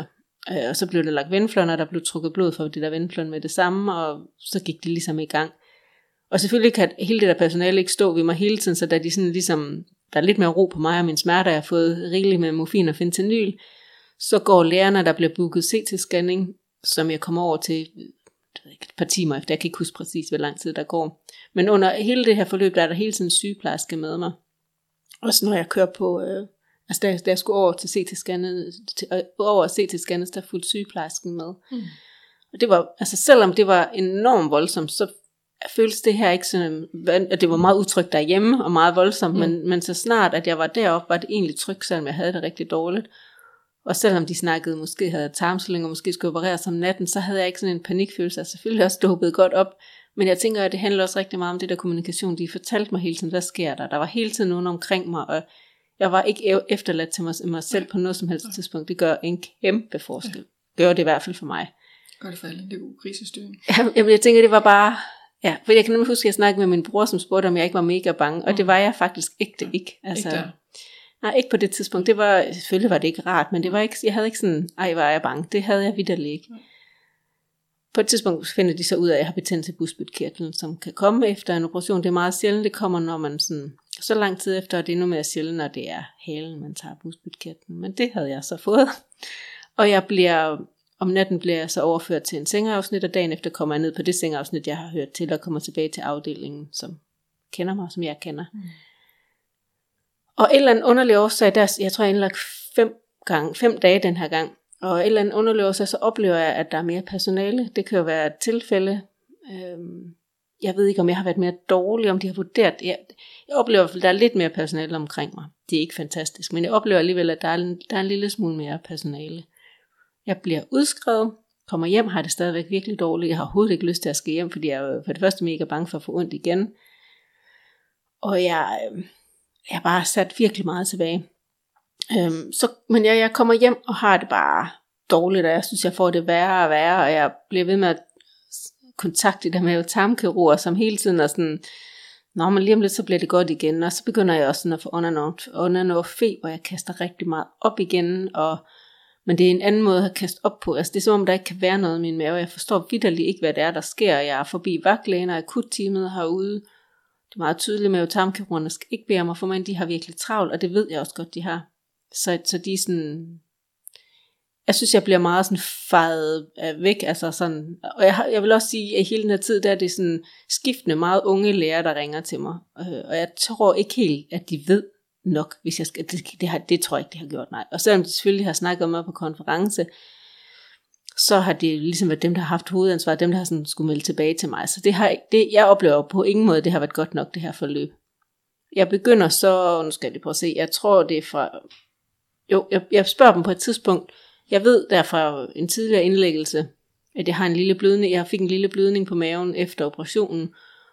Og så blev der lagt vendflon, og der blev trukket blod for det der vendflon med det samme, og så gik det ligesom i gang. Og selvfølgelig kan hele det der personale ikke stå ved mig hele tiden, så da de sådan ligesom, der er lidt mere ro på mig og min smerte, jeg har fået rigeligt med morfin og fentanyl, så går lærerne, der bliver booket CT-scanning, som jeg kommer over til et par timer efter. Jeg kan ikke huske præcis, hvor lang tid der går. Men under hele det her forløb, der er der hele tiden sygeplejerske med mig. Også når jeg kører på, da jeg skulle over til CT-scannet, der fulgte sygeplejersken med. Og det var, altså selvom det var enormt voldsomt, så føltes det her ikke sådan, at det var meget utrygt derhjemme, og meget voldsomt, men så snart, at jeg var deroppe, var det egentlig trygt, selvom jeg havde det rigtig dårligt. Og selvom de snakkede, måske havde tarmslyng, og måske skulle opereres om natten, så havde jeg ikke sådan en panikfølelse, og selvfølgelig også dopet godt op. Men jeg tænker, at det handler også rigtig meget om det der kommunikation. De fortalte mig hele tiden, hvad sker der? Der var hele tiden nogen omkring mig, og jeg var ikke efterladt til mig selv på noget som helst tidspunkt. Det gør en kæmpe forskel. Gør det i hvert fald for mig. Gør det for alle, det er god krisestyring. Jeg tænker, det var bare... Ja, for jeg kan nemlig huske, at jeg snakkede med min bror, som spurgte, om jeg ikke var mega bange. Og det var jeg faktisk ikke. Altså, nej, ikke på det tidspunkt. Det var, selvfølgelig var det ikke rart, men det var ikke, jeg havde ikke sådan, ej, var jeg bange. Det havde jeg vitterligt ikke. På et tidspunkt finder de så ud af, at jeg har betændelse i bugspytkirtlen, som kan komme efter en operation. Det er meget sjældent, det kommer, når man sådan, så lang tid efter, og det er endnu mere sjældent, når det er halen, man tager bugspytkirtlen. Men det havde jeg så fået. Og om natten bliver jeg så overført til en sengeafsnit, og dagen efter kommer jeg ned på det sengeafsnit, jeg har hørt til, og kommer tilbage til afdelingen, som kender mig, som jeg kender. Og en eller anden underlig årsag, jeg tror jeg indlagt 5 dage den her gang, og en eller anden underlig årsag, så oplever jeg, at der er mere personale. Det kan jo være et tilfælde. Jeg ved ikke, om jeg har været mere dårlig, om de har vurderet. Jeg oplever i hvert fald, at der er lidt mere personale omkring mig. Det er ikke fantastisk, men jeg oplever alligevel, at der er en lille smule mere personale. Jeg bliver udskrevet, kommer hjem, har det stadigvæk virkelig dårligt. Jeg har overhovedet ikke lyst til at skal hjem, fordi jeg er for det første mega bange for at få ondt igen. Og jeg er bare sat virkelig meget tilbage. Men jeg kommer hjem og har det bare dårligt, og jeg synes, jeg får det værre og værre, og jeg bliver ved med at kontakte der med tarmkirurger, som hele tiden er sådan, men lige om lidt, så bliver det godt igen, og så begynder jeg også sådan at få on and off feber, jeg kaster rigtig meget op igen, men det er en anden måde at kaste op på. Altså det er som om, der ikke kan være noget i min mave. Jeg forstår vitterligt ikke, hvad det er, der sker. Jeg er forbi vagtlægen og akutteamet herude. Det er meget tydeligt med, at tarmkirurgerne skal ikke bede mig for mig, de har virkelig travlt, og det ved jeg også godt, de har. Så de er sådan... Jeg synes, jeg bliver meget sådan fejet væk. Altså sådan, og jeg vil også sige, at hele den her tid, der er det sådan skiftende meget unge læger, der ringer til mig. Og jeg tror ikke helt, at de ved nok, hvis jeg skal, det tror jeg ikke, de har gjort, nej. Og selvom de selvfølgelig har snakket om mig på konference, så har det ligesom været dem, der har haft hovedansvar, dem, der har sådan skulle melde tilbage til mig. Så jeg oplever på ingen måde, det har været godt nok, det her forløb. Jeg begynder så, nu skal jeg lige prøve at se, jeg tror det er fra, jeg spørger dem på et tidspunkt, jeg ved derfra en tidligere indlæggelse, at jeg har en lille blødning, jeg fik en lille blødning på maven efter operationen,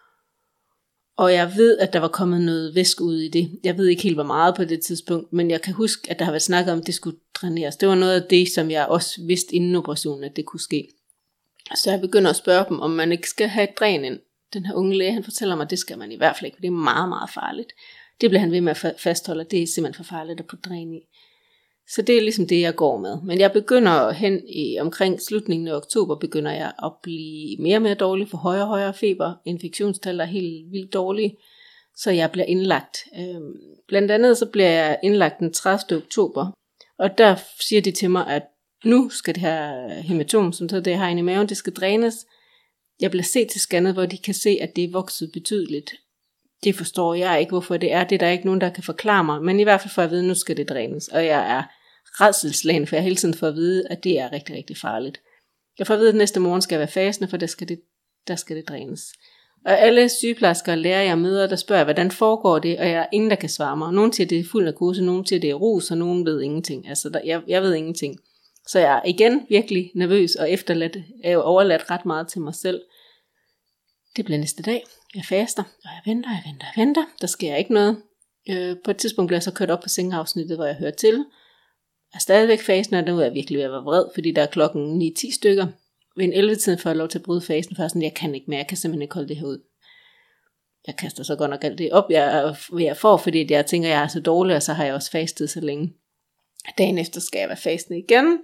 og jeg ved, at der var kommet noget væske ud i det. Jeg ved ikke helt, hvor meget på det tidspunkt, men jeg kan huske, at der har været snakket om, at det skulle dræneres. Det var noget af det, som jeg også vidste inden operationen, at det kunne ske. Så jeg begynder at spørge dem, om man ikke skal have et dræn ind. Den her unge læge, han fortæller mig, at det skal man i hvert fald ikke, for det er meget, meget farligt. Det bliver han ved med at fastholde, at det er simpelthen for farligt at putte dræn i. Så det er ligesom det, jeg går med. Men jeg begynder hen omkring slutningen af oktober, begynder jeg at blive mere og mere dårlig, for højere og højere feber. Infektionstal er helt vildt dårlige, så jeg bliver indlagt. Blandt andet så bliver jeg indlagt den 30. oktober, og der siger de til mig, at nu skal det her hematom, som så det jeg har inde i maven, det skal drænes. Jeg bliver set til scannet, hvor de kan se, at det er vokset betydeligt. Det forstår jeg ikke, hvorfor det er. Det er der ikke nogen, der kan forklare mig. Men i hvert fald for at vide, at nu skal det drænes. Og jeg er rædselsslagen, for jeg hele tiden får at vide, at det er rigtig, rigtig farligt. Jeg får at vide, at næste morgen skal være fasende, for der skal det drænes. Og alle sygeplejersker og lærer, jeg møder, der spørger, hvordan foregår det? Og jeg er ingen, der kan svare mig. Nogen siger, det er fuld narkose, nogen siger, det er rus, og nogen ved ingenting. Altså, jeg ved ingenting. Så jeg er igen virkelig nervøs og er overladt ret meget til mig selv. Det bliver næste dag. Jeg faster, og jeg venter. Der sker ikke noget. På et tidspunkt bliver jeg så kørt op på sengeafsnittet, hvor jeg hører til. Jeg er stadigvæk fasen, og nu er jeg virkelig ved at være vred, fordi der er klokken 9-10 stykker. Ved en 11-tiden får jeg lov til at bryde fasen, for sådan, jeg kan ikke mere, jeg kan simpelthen ikke holde det her ud. Jeg kaster så godt nok alt det op, jeg får, fordi jeg tænker, jeg er så dårlig, og så har jeg også fastet så længe. Dagen efter skal jeg være fasten igen.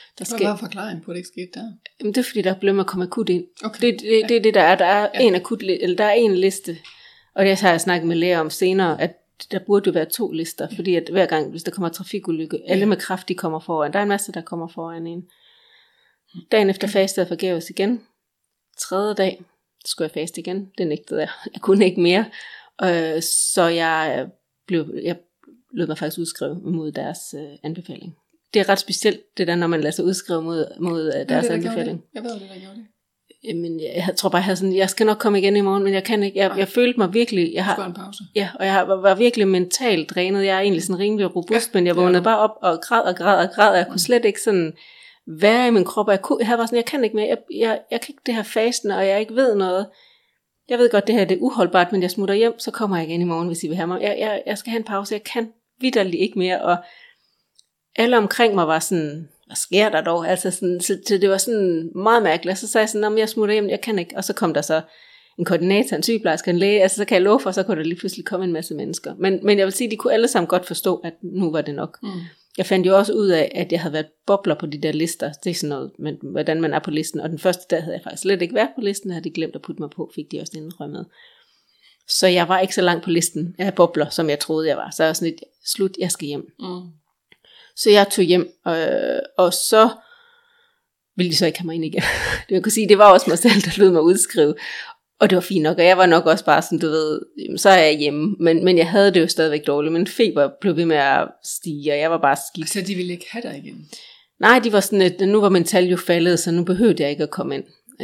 Hvad var forklaringen på, at det ikke skete der? Jamen, det er fordi, der blev med at komme akut ind. Okay. Det er det, der er. Der er en akut, eller der er en liste, og det har jeg snakket med læger om senere, at der burde jo være 2 lister, fordi at hver gang, hvis der kommer trafikulykke, alle med kræft, de kommer foran. Der er en masse, der kommer foran en. Dagen efter fastede jeg forgæves igen. 3. dag skulle jeg faste igen. Det nægtede jeg. Jeg kunne ikke mere. Så jeg lød mig faktisk udskrive mod deres anbefaling. Det er ret specielt, det der, når man lader sig udskrive mod deres anbefaling. Jeg ved, det der gjorde det. Men jeg tror bare, jeg skal nok komme igen i morgen, men jeg kan ikke. Jeg følte mig virkelig... Du skulle en pause. Ja, og jeg var virkelig mentalt drænet. Jeg er egentlig sådan rimelig robust, men jeg vågnede bare op og græd. Jeg kunne slet ikke sådan være i min krop. Og jeg havde bare sådan, jeg kan ikke mere. Jeg kan ikke det her fasten, og jeg ikke ved noget. Jeg ved godt, det her det er uholdbart, men jeg smutter hjem, så kommer jeg igen i morgen, hvis I vil have mig. Jeg skal have en pause. Jeg kan vitterligt ikke mere, og alle omkring mig var sådan, hvad sker der dog? Altså sådan, så det var sådan meget mærkeligt. Så sagde jeg sådan, jeg smutter hjem, jeg kan ikke. Og så kom der så en koordinator, en sygeplejerske, en læge. Altså så kan jeg love for, så kunne der lige pludselig komme en masse mennesker. Men jeg vil sige, de kunne alle sammen godt forstå, at nu var det nok. Jeg fandt jo også ud af, at jeg havde været bobler på de der lister. Det er sådan noget, hvordan man er på listen. Og den første dag havde jeg faktisk slet ikke været på listen. Jeg havde de glemt at putte mig på, fik de også indrømmet. Så jeg var ikke så langt på listen af bobler, som jeg troede, jeg var. Så jeg var sådan lidt, slut, jeg skal hjem. Så jeg tog hjem, og så ville de så ikke have mig ind igen. Det jeg kunne sige, det var også mig selv, der lød mig udskrive. Og det var fint nok, og jeg var nok også bare sådan, du ved, så er jeg hjemme. Men jeg havde det jo stadigvæk dårligt, men feber blev ved med at stige, og jeg var bare skidt. Så de ville ikke have dig igen? Nej, de var sådan, at nu var min tal jo faldet, så nu behøvede jeg ikke at komme ind.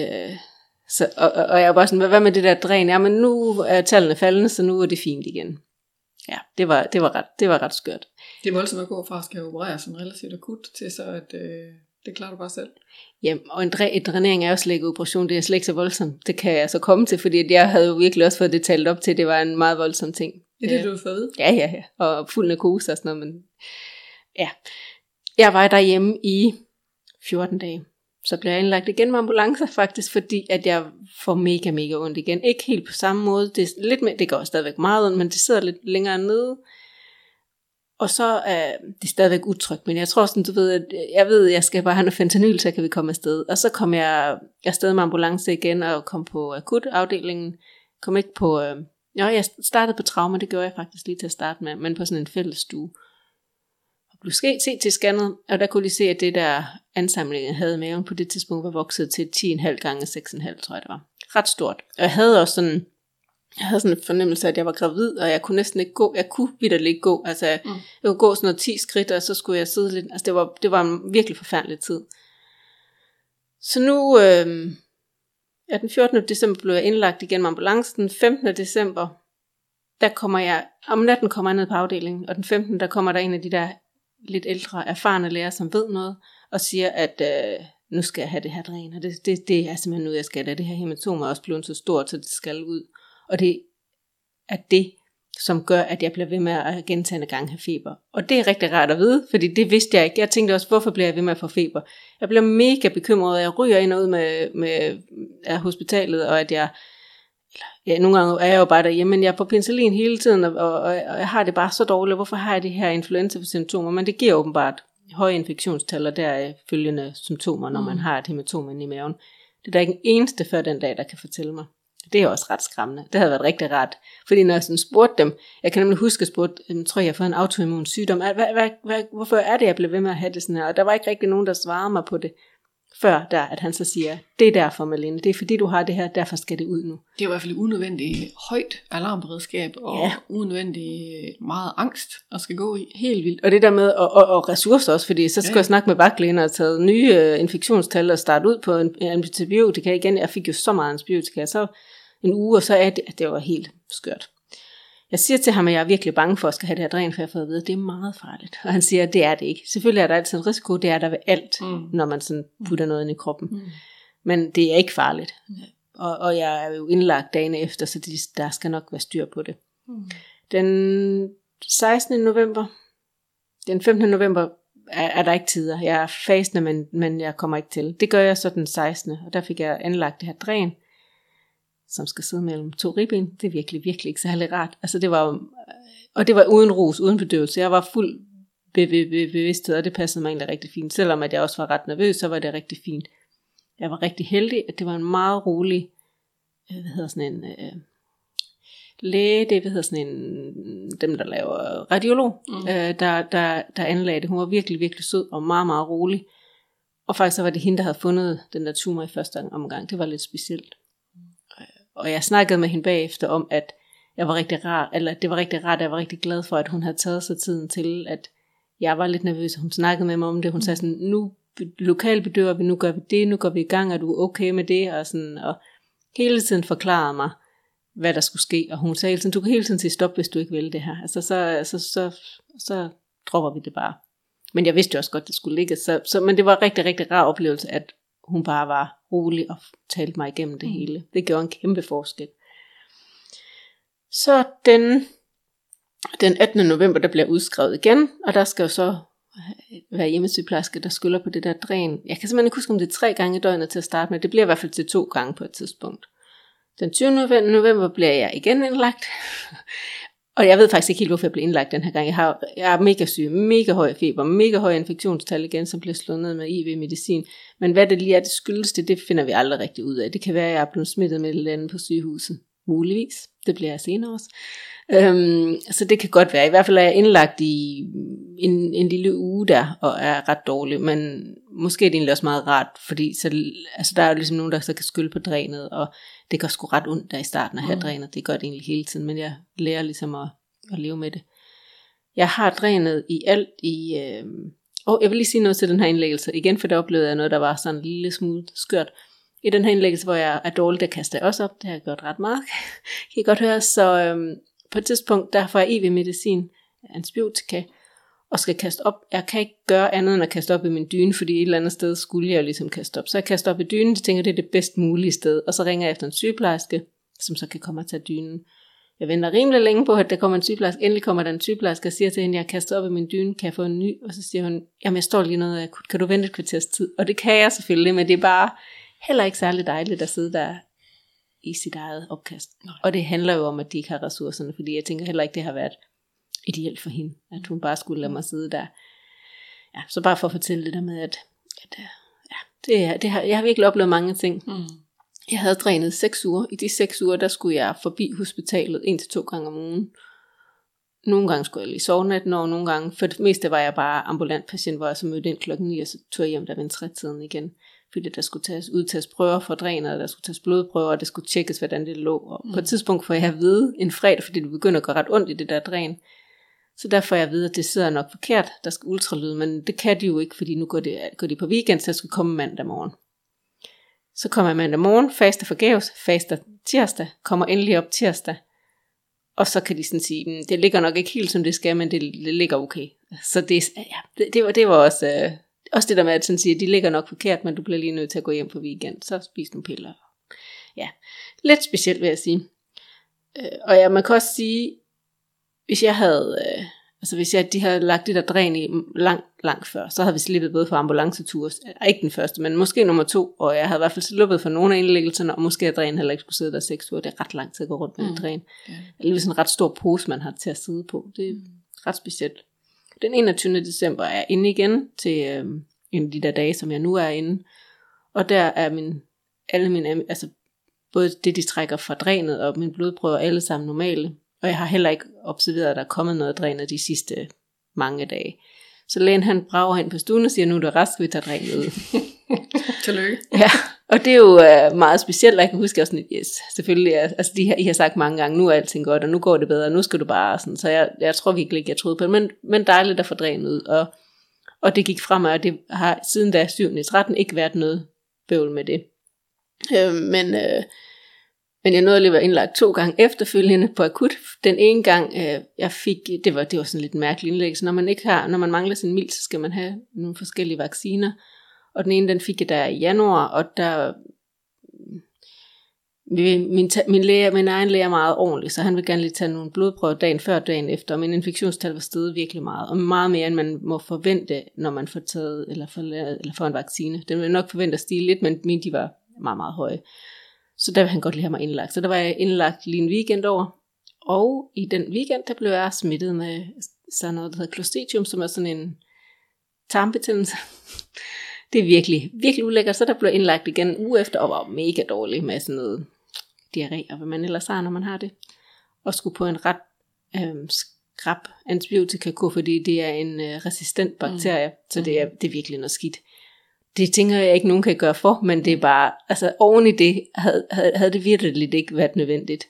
Og jeg var bare sådan, hvad med det der dræn? Ja, men nu er tallene faldende, så nu er det fint igen. Ja, det var ret skørt. Det er voldsomt at gå fra at skal operere sådan relativt akut, til så at det klarer du bare selv. Ja, og en drænering er jo slet ikke operation, det er slet ikke så voldsomt. Det kan jeg så komme til, fordi jeg havde jo virkelig også fået det talt op til, det var en meget voldsom ting. Det er det, du har fået? Ja, og fuld narkose og sådan noget, men ja. Jeg var derhjemme i 14 dage. Så blev jeg indlagt igen med ambulancer faktisk, fordi at jeg får mega ondt igen. Ikke helt på samme måde, det er lidt mere, det går stadigvæk meget ondt, men det sidder lidt længere nede. Og så er det stadigvæk utrygt, men jeg tror sådan, du ved, at jeg skal bare have noget fentanyl, så kan vi komme afsted. Og så kom jeg afsted med ambulance igen, og kom på akutafdelingen. Kom ikke på, jeg startede på trauma, det gjorde jeg faktisk lige til at starte med, men på sådan en fælles stue. Og blev set til scannet, og der kunne de se, at det der ansamling, jeg havde i maven på det tidspunkt, var vokset til 10,5 gange 6,5, tror jeg det var. Ret stort. Og jeg havde også sådan en fornemmelse af, at jeg var gravid, og jeg kunne næsten ikke gå. Jeg kunne vitterligt ikke gå. Altså, jeg kunne gå sådan noget 10 skridt, og så skulle jeg sidde lidt. Altså, det var en virkelig forfærdelig tid. Så nu, den 14. december blev jeg indlagt igen med ambulancen. Den 15. december, om natten kommer jeg ned på afdelingen, og den 15. der kommer der en af de der lidt ældre, erfarne læger, som ved noget, og siger, at nu skal jeg have det her dræn, og det er simpelthen nu, jeg skal have det her hematom er også blevet så stort, så det skal ud. Og det er det, som gør, at jeg bliver ved med at gentagende gange have feber. Og det er rigtig rart at vide, fordi det vidste jeg ikke. Jeg tænkte også, hvorfor bliver jeg ved med at få feber? Jeg bliver mega bekymret, at jeg ryger ind og ud med hospitalet, og at nogle gange er jeg jo bare derhjemme, men jeg er på penicillin hele tiden, og jeg har det bare så dårligt. Hvorfor har jeg de her influenza-symptomer? Men det giver åbenbart høje infektionstal, og der er følgende symptomer, når man har et hematom inde i maven. Det er der ikke en eneste før den dag, der kan fortælle mig. Det er også ret skræmmende. Det havde været rigtig rart. Fordi når jeg sådan spurgte dem, jeg kan nemlig huske at spurgte, tror jeg har fået en autoimmun sygdom. Hvorfor er det, jeg blev ved med at have det sådan her? Og der var ikke rigtig nogen, der svarede mig på det. Før der, at han så siger, det er derfor, Malene. Det er fordi, du har det her, derfor skal det ud nu. Det er jo i hvert fald unødvendigt højt alarmberedskab, og unødvendigt meget angst at skal gå i. Helt vildt. Og det der med, og ressourcer også, fordi så skulle jeg snakke med vagtlægen og tage nye infektionstal og starte ud på en antibiotika igen. Jeg fik jo så meget antibiotika, så en uge, og så er det var helt skørt. Jeg siger til ham, at jeg er virkelig bange for at skal have det her dræn, for jeg har fået at vide, at det er meget farligt. Og han siger, at det er det ikke. Selvfølgelig er der altid en risiko, det er der ved alt, når man sådan putter noget ind i kroppen. Men det er ikke farligt. Og jeg er jo indlagt dagen efter, så der skal nok være styr på det. Den 16. november, den 15. november er der ikke tider. Jeg er fasende, men jeg kommer ikke til. Det gør jeg så den 16. Og der fik jeg anlagt det her dræn, som skal sidde mellem 2 ribben. Det er virkelig, virkelig ikke særlig rart. Altså det var uden rus, uden bedøvelse. Jeg var fuld bevidsthed, og det passede mig egentlig rigtig fint. Selvom at jeg også var ret nervøs, så var det rigtig fint. Jeg var rigtig heldig, at det var en meget rolig, læge, dem der laver radiolog, der anlagde det. Hun var virkelig, virkelig sød og meget, meget rolig. Og faktisk så var det hende, der havde fundet den der tumor i første omgang. Det var lidt specielt. Og jeg snakkede med hende bagefter om, at det var rigtig rart, jeg var rigtig glad for, at hun havde taget sig tiden til, at jeg var lidt nervøs, og hun snakkede med mig om det. Hun sagde sådan, nu lokalbedøver vi, nu gør vi det, nu går vi i gang, er du okay med det? Og hele tiden forklarede mig, hvad der skulle ske. Og hun sagde hele tiden, du kan hele tiden sige stop, hvis du ikke vil det her. Altså så dropper vi det bare. Men jeg vidste jo også godt, det skulle ligge. Men det var en rigtig, rigtig rar oplevelse, at hun bare var rolig og talte mig igennem det hele. Det gjorde en kæmpe forskel. Så den 18. november, der bliver udskrevet igen, og der skal jo så være hjemmesygeplejerske, der skyller på det der dræn. Jeg kan simpelthen ikke huske, om det er 3 gange i døgnet til at starte med. Det bliver i hvert fald til 2 gange på et tidspunkt. Den 20. november bliver jeg igen indlagt. Og jeg ved faktisk ikke helt, hvorfor jeg blev indlagt den her gang. Jeg er mega syg, mega høj feber, mega høj infektionstal igen, som bliver slået ned med IV-medicin. Men hvad det lige er, det skyldes det finder vi aldrig rigtig ud af. Det kan være, at jeg er blevet smittet med et eller andet på sygehuset. Muligvis. Det bliver jeg senere også. Så det kan godt være. I hvert fald er jeg indlagt i en lille uge der, og er ret dårlig. Men måske er det egentlig også meget rart, fordi der er jo ligesom nogen, der så kan skylle på drænet, og det gør sgu ret ondt der i starten at have drænet. Det gør det egentlig hele tiden, men jeg lærer ligesom at leve med det. Jeg har drænet i alt i... jeg vil lige sige noget til den her indlæggelse. Igen, for der oplevede jeg noget, der var sådan en lille smule skørt. I den her indlæggelse, hvor jeg er dårlig, der kaster jeg også op. Det har jeg gjort ret meget. Kan I godt høre. Så på et tidspunkt, der får jeg IV-medicin, antibiotika, og skal kaste op. Jeg kan ikke gøre andet end at kaste op i min dyne, fordi et eller andet sted skulle jeg ligesom kaste op. Så jeg kaster op i dynen, jeg tænker, det er det bedst mulige sted. Og så ringer jeg efter en sygeplejerske, som så kan komme og tage dynen. Jeg venter rimelig længe på, at der kommer en sygeplejerske. Endelig kommer der en sygeplejerske og siger til hende, jeg har kastet op i min dyne, kan jeg få en ny? Og så siger hun, jamen jeg står lige noget akut, kan du vente et kvarters tid? Og det kan jeg selvfølgelig, men det er bare heller ikke særlig dejligt at sidde der i sit eget opkast. Og det handler jo om, at de ikke har ressourcerne, fordi jeg tænker heller ikke, det har været ideelt for hende, at hun bare skulle lade mig sidde der. Ja, så bare for at fortælle det der med, at jeg har virkelig oplevet mange ting. Jeg havde drænet 6 uger. I de 6 uger, der skulle jeg forbi hospitalet 1 til 2 gange om ugen. Nogle gange skulle jeg lige sove natten, og nogle gange, for det meste var jeg bare ambulant patient, hvor jeg så mødte ind klokken 9, og så tog jeg hjem der ved 3-tiden igen. Fordi der skulle udtages prøver for drænet, og der skulle tages blodprøver, og det skulle tjekkes, hvordan det lå. Og på et tidspunkt får jeg at vide en fredag, fordi det begynder at gå ret ondt i det der dræn. Så der får jeg at vide, at det sidder nok forkert, der skal ultralyde, men det kan de jo ikke, fordi nu går de på weekend, så jeg skal komme mandag morgen. Så kommer jeg mandag morgen, faster forgæves, faster tirsdag, kommer endelig op tirsdag, og så kan de sådan sige, det ligger nok ikke helt som det skal, men det ligger okay. Så det var også det der med at sådan sige, de ligger nok forkert, men du bliver lige nødt til at gå hjem på weekend, så spis nogle piller. Ja, lidt specielt vil jeg sige. Og man kan også sige, hvis de havde lagt det der dræn i langt før, så havde vi slippet både for ambulanceture, ikke den første, men måske nummer 2, og jeg havde i hvert fald sluppet for nogle af indlæggelserne, og måske at dræn heller ikke skulle sidde der 6 uger. Det er ret lang tid at gå rundt med en dræn. Det er lige sådan en ret stor pose, man har til at sidde på. Det er ret specielt. Den 21. december er jeg inde igen til en af de der dage, som jeg nu er inde, og der er både det, de trækker fra drænet, og mine blodprøver alle sammen normale. Og jeg har heller ikke observeret, at der er kommet noget drænet de sidste mange dage. Så lægen han brager hen på stuen og siger, nu er du rask, vi tager drænet ud. Tillykke. Ja, og det er jo meget specielt, og jeg kan huske også sådan, yes, selvfølgelig, altså I har sagt mange gange, nu er alting godt, og nu går det bedre, nu skal du bare sådan. Så jeg tror virkelig ikke, jeg troede på det, men dejligt at få drænet ud. Og det gik fremad, og det har siden da 7.13 ikke været noget bøvl med det. Men jeg nåede lige at være indlagt 2 gange efterfølgende på akut. Den ene gang, jeg fik, det var sådan lidt mærkelig indlæggelse. Når man mangler sin mil, så skal man have nogle forskellige vacciner. Og den ene, den fik jeg der i januar, og der min egen læge er meget ordentlig, så han vil gerne lige tage nogle blodprøver dagen før dagen efter, og min infektionstal var steget virkelig meget, og meget mere end man må forvente, når man får taget eller får en vaccine. Den vil nok forvente at stige lidt, men mine de var meget, meget høje. Så der vil han godt lige have mig indlagt. Så der var jeg indlagt lige en weekend over, og i den weekend, der blev jeg smittet med så noget, der hedder Clostridium, som er sådan en tarmbetændelse. Det er virkelig, virkelig ulækkert. Så der blev indlagt igen en uge efter, og var mega dårlig med sådan noget diarré, og hvad man ellers har, når man har det. Og skulle på en ret skrap antibiotikakur, fordi det er en resistent bakterie, så det er virkelig noget skidt. Det tænker jeg ikke, nogen kan gøre for, men det er bare, altså oven i det, havde det virkelig ikke været nødvendigt.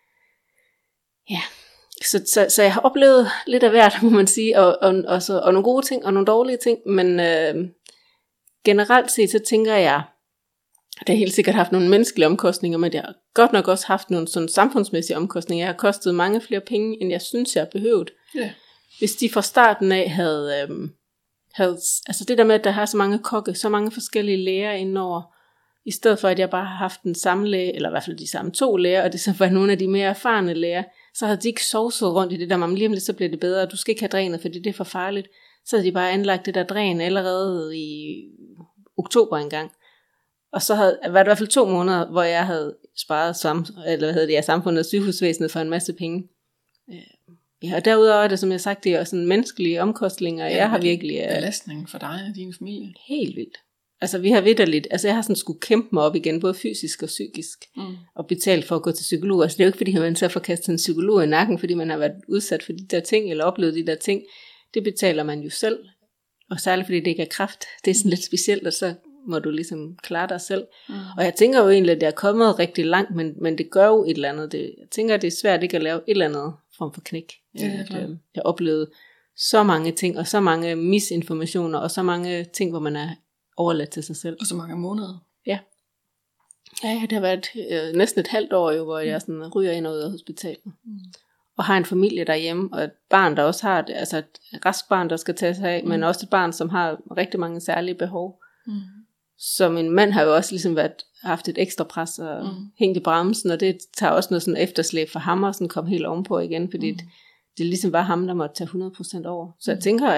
Ja, så jeg har oplevet lidt af hvert, må man sige, og nogle gode ting, og nogle dårlige ting, men generelt set, så tænker jeg, det har helt sikkert haft nogle menneskelige omkostninger, men det har godt nok også haft nogle sådan samfundsmæssige omkostninger. Jeg har kostet mange flere penge, end jeg synes, jeg har behøvet. Yeah. Hvis de fra starten af havde, altså det der med, at der har så mange kokke, så mange forskellige læger indenover, i stedet for, at jeg bare har haft den samme læge, eller i hvert fald de samme 2 læger, og det så var nogle af de mere erfarne læger, så havde de ikke sovset rundt i det der, man lige om lidt, så bliver det bedre, du skal ikke have drænet, fordi det er for farligt. Så havde de bare anlagt det der dræn allerede i oktober engang. Og så var det i hvert fald 2 måneder, hvor jeg havde sparet samfundet og sygehusvæsenet for en masse penge. Ja, og derudover er det, som jeg har sagt, det er også sådan menneskelige omkostninger. Ja, jeg har virkelig belastning for dig og din familie. Helt vildt. Altså vi har vitterligt, altså jeg har sådan skulle kæmpe mig op igen, både fysisk og psykisk, og betalt for at gå til psykolog. Altså det er jo ikke, fordi man så får kastet en psykolog i nakken, fordi man har været udsat for de der ting, eller oplevet de der ting. Det betaler man jo selv, og særligt fordi det ikke er kræft. Det er sådan lidt specielt, og så må du ligesom klare dig selv. Og jeg tænker jo egentlig, at det er kommet rigtig langt, men det gør jo et eller andet. Jeg tænker, at det er svært ikke at lave et eller andet form for knæk. Jeg oplevede så mange ting, og så mange misinformationer, og så mange ting, hvor man er overladt til sig selv. Og så mange måneder. Ja. Ja, det har været næsten et halvt år jo, hvor jeg sådan ryger ind og ud af hospitalet. Og har en familie derhjemme, og et barn, der også har det, altså et rask barn, der skal tage sig af, men også et barn, som har rigtig mange særlige behov. Så min mand har jo også ligesom haft et ekstra pres og hængt i bremsen, og det tager også noget sådan efterslæb for ham, og sådan kom helt ovenpå igen, fordi det ligesom var ham, der måtte tage 100% over. Så jeg tænker,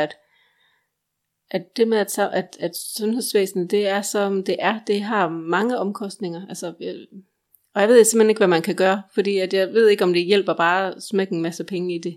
at det med, at sundhedsvæsenet, det er som det er, det har mange omkostninger. Altså, og jeg ved simpelthen ikke, hvad man kan gøre, fordi at jeg ved ikke, om det hjælper bare at smække en masse penge i det.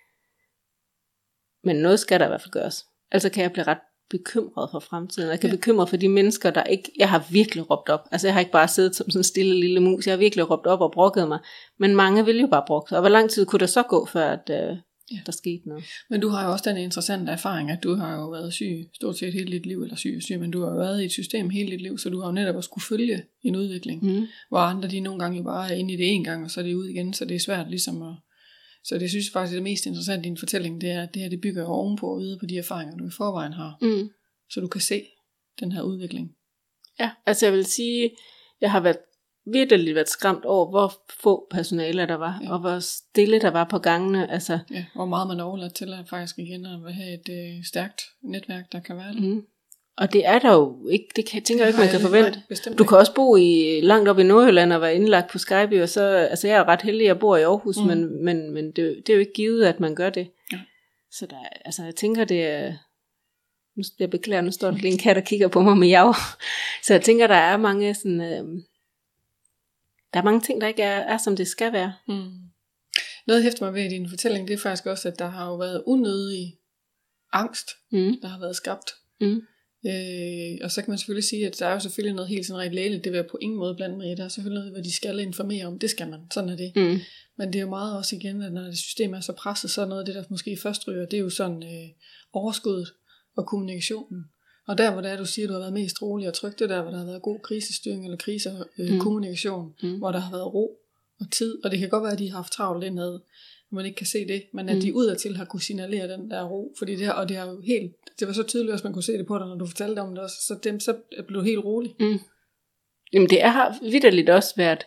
Men noget skal der i hvert fald gøres. Altså kan jeg blive ret bekymret for fremtiden. Jeg kan bekymre for de mennesker, der ikke... Jeg har virkelig råbt op. Altså jeg har ikke bare siddet som sådan en stille lille mus. Jeg har virkelig råbt op og brokket mig. Men mange vil jo bare brokke sig. Og hvor lang tid kunne der så gå, før at der skete noget? Men du har jo også den interessante erfaring, at du har jo været syg stort set hele dit liv, eller syg, men du har jo været i et system hele dit liv, så du har jo netop også skulle følge en udvikling, hvor andre de nogle gange jo bare er inde i det en gang, og så er det ud igen, så det er svært ligesom at... Så det synes jeg faktisk, det mest interessante i din fortælling, det er, at det her det bygger jo ovenpå og yder på de erfaringer, du i forvejen har. Så du kan se den her udvikling. Ja, altså jeg vil sige, jeg har virkelig været skræmt over, hvor få personaler der var, og hvor stille der var på gangene. Altså, ja, hvor meget man overlader til at faktisk igen at have et stærkt netværk, der kan være der. Og det er der jo ikke, tænker jeg ikke, man kan forvente. Du kan også bo langt op i Nordjylland og være indlagt på Skype, og så, altså jeg er ret heldig, at jeg bor i Aarhus, men det er jo ikke givet, at man gør det. Ja. Så der, altså jeg tænker, det er, nu jeg beklager, nu står der lige en kat og kigger på mig med jav. Så jeg tænker, der er mange sådan, der er mange ting, der ikke er som det skal være. Noget hæfter mig ved i din fortælling, det er faktisk også, at der har jo været unødig angst, der har været skabt. Og så kan man selvfølgelig sige, at der er jo selvfølgelig noget helt sådan rent lægeligt, det vil jeg på ingen måde blande mig i. Der er selvfølgelig noget, hvad de skal informere om, det skal man, sådan er det. Men det er jo meget også igen, at når det system er så presset, så er noget af det, der måske først ryger, det er jo sådan overskuddet og kommunikationen. Og der, hvor det er, du siger, du har været mest rolig og tryg, det der, hvor der har været god krisestyring eller krisekommunikation, hvor der har været ro og tid. Og det kan godt være, at de har haft travlt indad, hvor man ikke kan se det, men at de udadtil har kunne signalere den der ro, fordi det her, og det har jo helt, det var så tydeligt også, man kunne se det på dig, når du fortalte om det også, så blev du helt rolig. Jamen det har vitterligt også været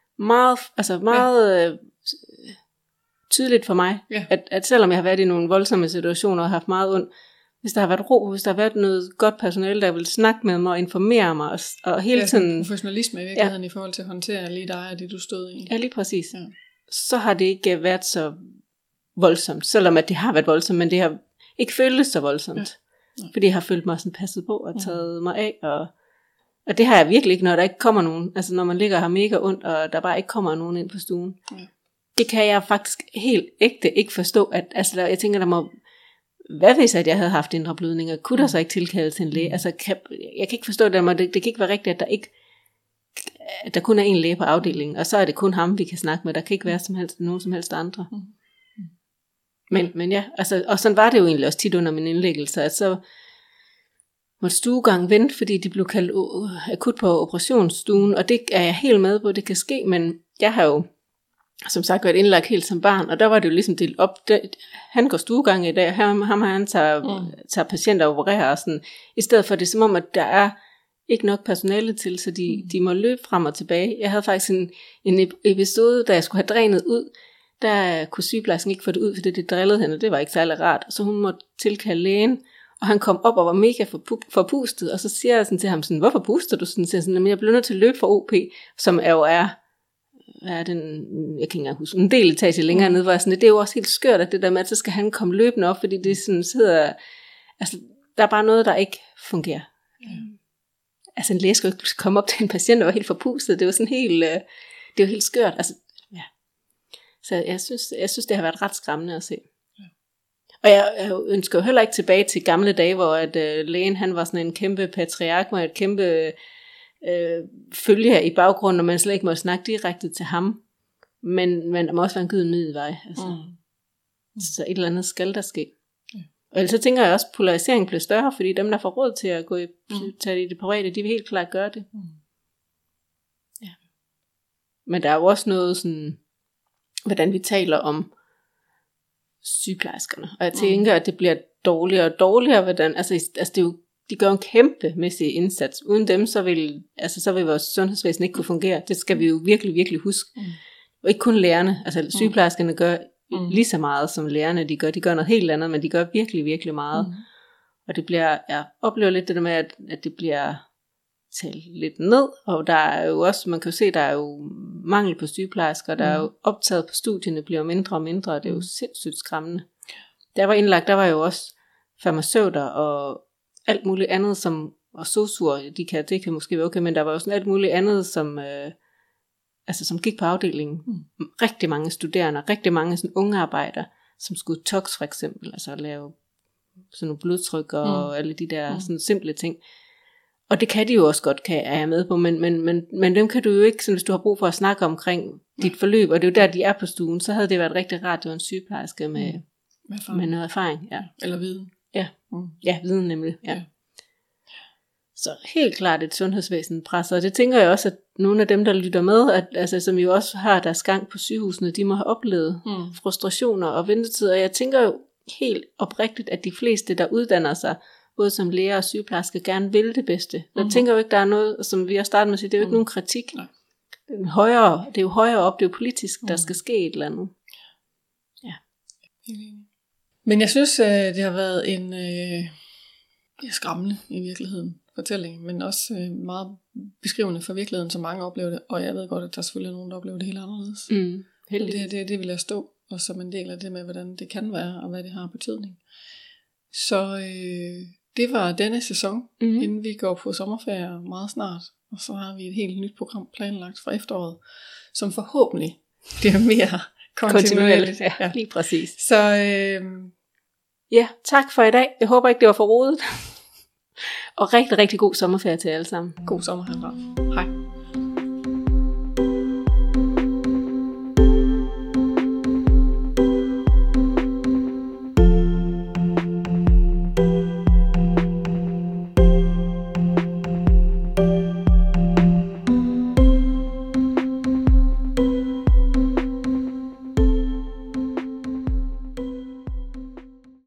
meget tydeligt for mig, at selvom jeg har været i nogle voldsomme situationer og haft meget ondt, hvis der har været ro, hvis der har været noget godt personale, der vil snakke med mig og informere mig, og hele tiden... Professionalisme i virkeligheden i forhold til at håndtere lige dig og det, du stod i. Ja, lige præcis. Ja. Så har det ikke været så voldsomt, selvom at det har været voldsomt, men det har ikke føltes så voldsomt. Fordi jeg har følt mig sådan passet på og taget mig af, og det har jeg virkelig ikke, når der ikke kommer nogen, altså når man ligger og har mega ondt, og der bare ikke kommer nogen ind på stuen. Det kan jeg faktisk helt ægte ikke forstå. At, altså, jeg tænker, der må... Hvad hvis at jeg havde haft indre blødninger? Kunne der så ikke tilkalde til en læge? Altså, jeg kan ikke forstå det, men det kan ikke være rigtigt, at der kun er en læge på afdelingen, og så er det kun ham, vi kan snakke med. Der kan ikke være nogen som helst andre. Men ja, altså, og sådan var det jo egentlig også tit under min indlæggelse, at så måtte stuegang vente, fordi de blev kaldt akut på operationsstuen, og det er jeg helt med på, det kan ske, men jeg har jo som sagt været indlagt helt som barn, og der var det jo ligesom delt op. Han går stuegang i dag, han tager patienter og opererer, og sådan, i stedet for det som om, at der er ikke nok personale til, så de må løbe frem og tilbage. Jeg havde faktisk en episode, da jeg skulle have drænet ud, der kunne sygeplejersken ikke få det ud, fordi det drillede hende, og det var ikke særlig rart, så hun måtte tilkalde lægen, og han kom op og var mega forpustet, og så siger jeg sådan til ham, sådan, hvorfor puster du sådan? Så sådan, jeg blev nødt til at løbe for OP, som er den, jeg kan ikke huske, en del etage længere nede, hvor jeg sådan, det er jo også helt skørt, at det der med, at så skal han komme løbende op, fordi det sådan sidder, altså, der er bare noget, der ikke fungerer. Altså, en læge skal jo ikke komme op til en patient, der var helt forpustet, det var sådan helt, det er jo helt skørt, altså, ja. Så jeg synes, det har været ret skræmmende at se. Og jeg ønsker jo heller ikke tilbage til gamle dage, hvor at lægen, han var sådan en kæmpe patriark, med et kæmpe følger i baggrunden, og man slet ikke må snakke direkte til ham. Men der må også være en gyd middelvej. Altså. Så et eller andet skal der ske. Og ellers så tænker jeg også, at polariseringen bliver større, fordi dem, der får råd til at tage i det private, de vil helt klart gøre det. Ja. Men der er jo også noget sådan, hvordan vi taler om sygeplejerskerne. Og jeg tænker, at det bliver dårligere og dårligere. Hvordan, altså det er jo, de gør en kæmpemæssig indsats. Uden dem, så vil vores sundhedsvæsen ikke kunne fungere. Det skal vi jo virkelig, virkelig huske. Og ikke kun lærerne. Altså sygeplejerskerne gør lige så meget, som lærerne de gør. De gør noget helt andet, men de gør virkelig, virkelig meget. Og det bliver, jeg oplever lidt det der med, at det bliver talt lidt ned. Og der er jo også, man kan jo se, der er jo mangel på sygeplejersker. Der er jo optaget på studierne, bliver mindre og mindre, og det er jo sindssygt skræmmende. Der var indlagt, der var jo også farmaceuter og alt muligt andet, som, og sosuer, det kan måske være okay, men der var jo sådan alt muligt andet, som gik på afdelingen. Rigtig mange studerende, rigtig mange sådan unge arbejdere, som skulle tox for eksempel, altså lave sådan nogle blodtryk og alle de der sådan simple ting. Og det kan de jo også godt, er jeg med på, men dem kan du jo ikke, sådan, hvis du har brug for at snakke omkring dit forløb, og det er jo der, de er på stuen, så havde det været rigtig rart, det var en sygeplejerske med noget erfaring. Ja. Eller viden. Ja, viden nemlig. Ja. Så helt klart et sundhedsvæsen presser, og det tænker jeg også, at nogle af dem, der lytter med, altså, som jo også har deres gang på sygehusene, de må have oplevet frustrationer og ventetider, og jeg tænker jo helt oprigtigt, at de fleste, der uddanner sig, både som læger og sygeplejersker, gerne vil det bedste. Jeg tænker jo ikke, der er noget, som vi har startet med at sige, det er jo ikke nogen kritik. Det er jo højere op, det er jo politisk, der skal ske et eller andet. Ja. Men jeg synes, det har været en skræmmende i virkeligheden fortælling, men også meget beskrivende for virkeligheden, som mange oplever det, og jeg ved godt, at der selvfølgelig er nogen, der oplever det helt anderledes. Det vil jeg stå, og som en del af det med, hvordan det kan være, og hvad det har betydning. Så det var denne sæson, inden vi går på sommerferie meget snart, og så har vi et helt nyt program planlagt fra efteråret, som forhåbentlig bliver mere kontinuerligt. Ja, lige præcis. Så tak for i dag. Jeg håber ikke, det var for rodet. Og rigtig, rigtig god sommerferie til alle sammen. God sommer herfra. Hej.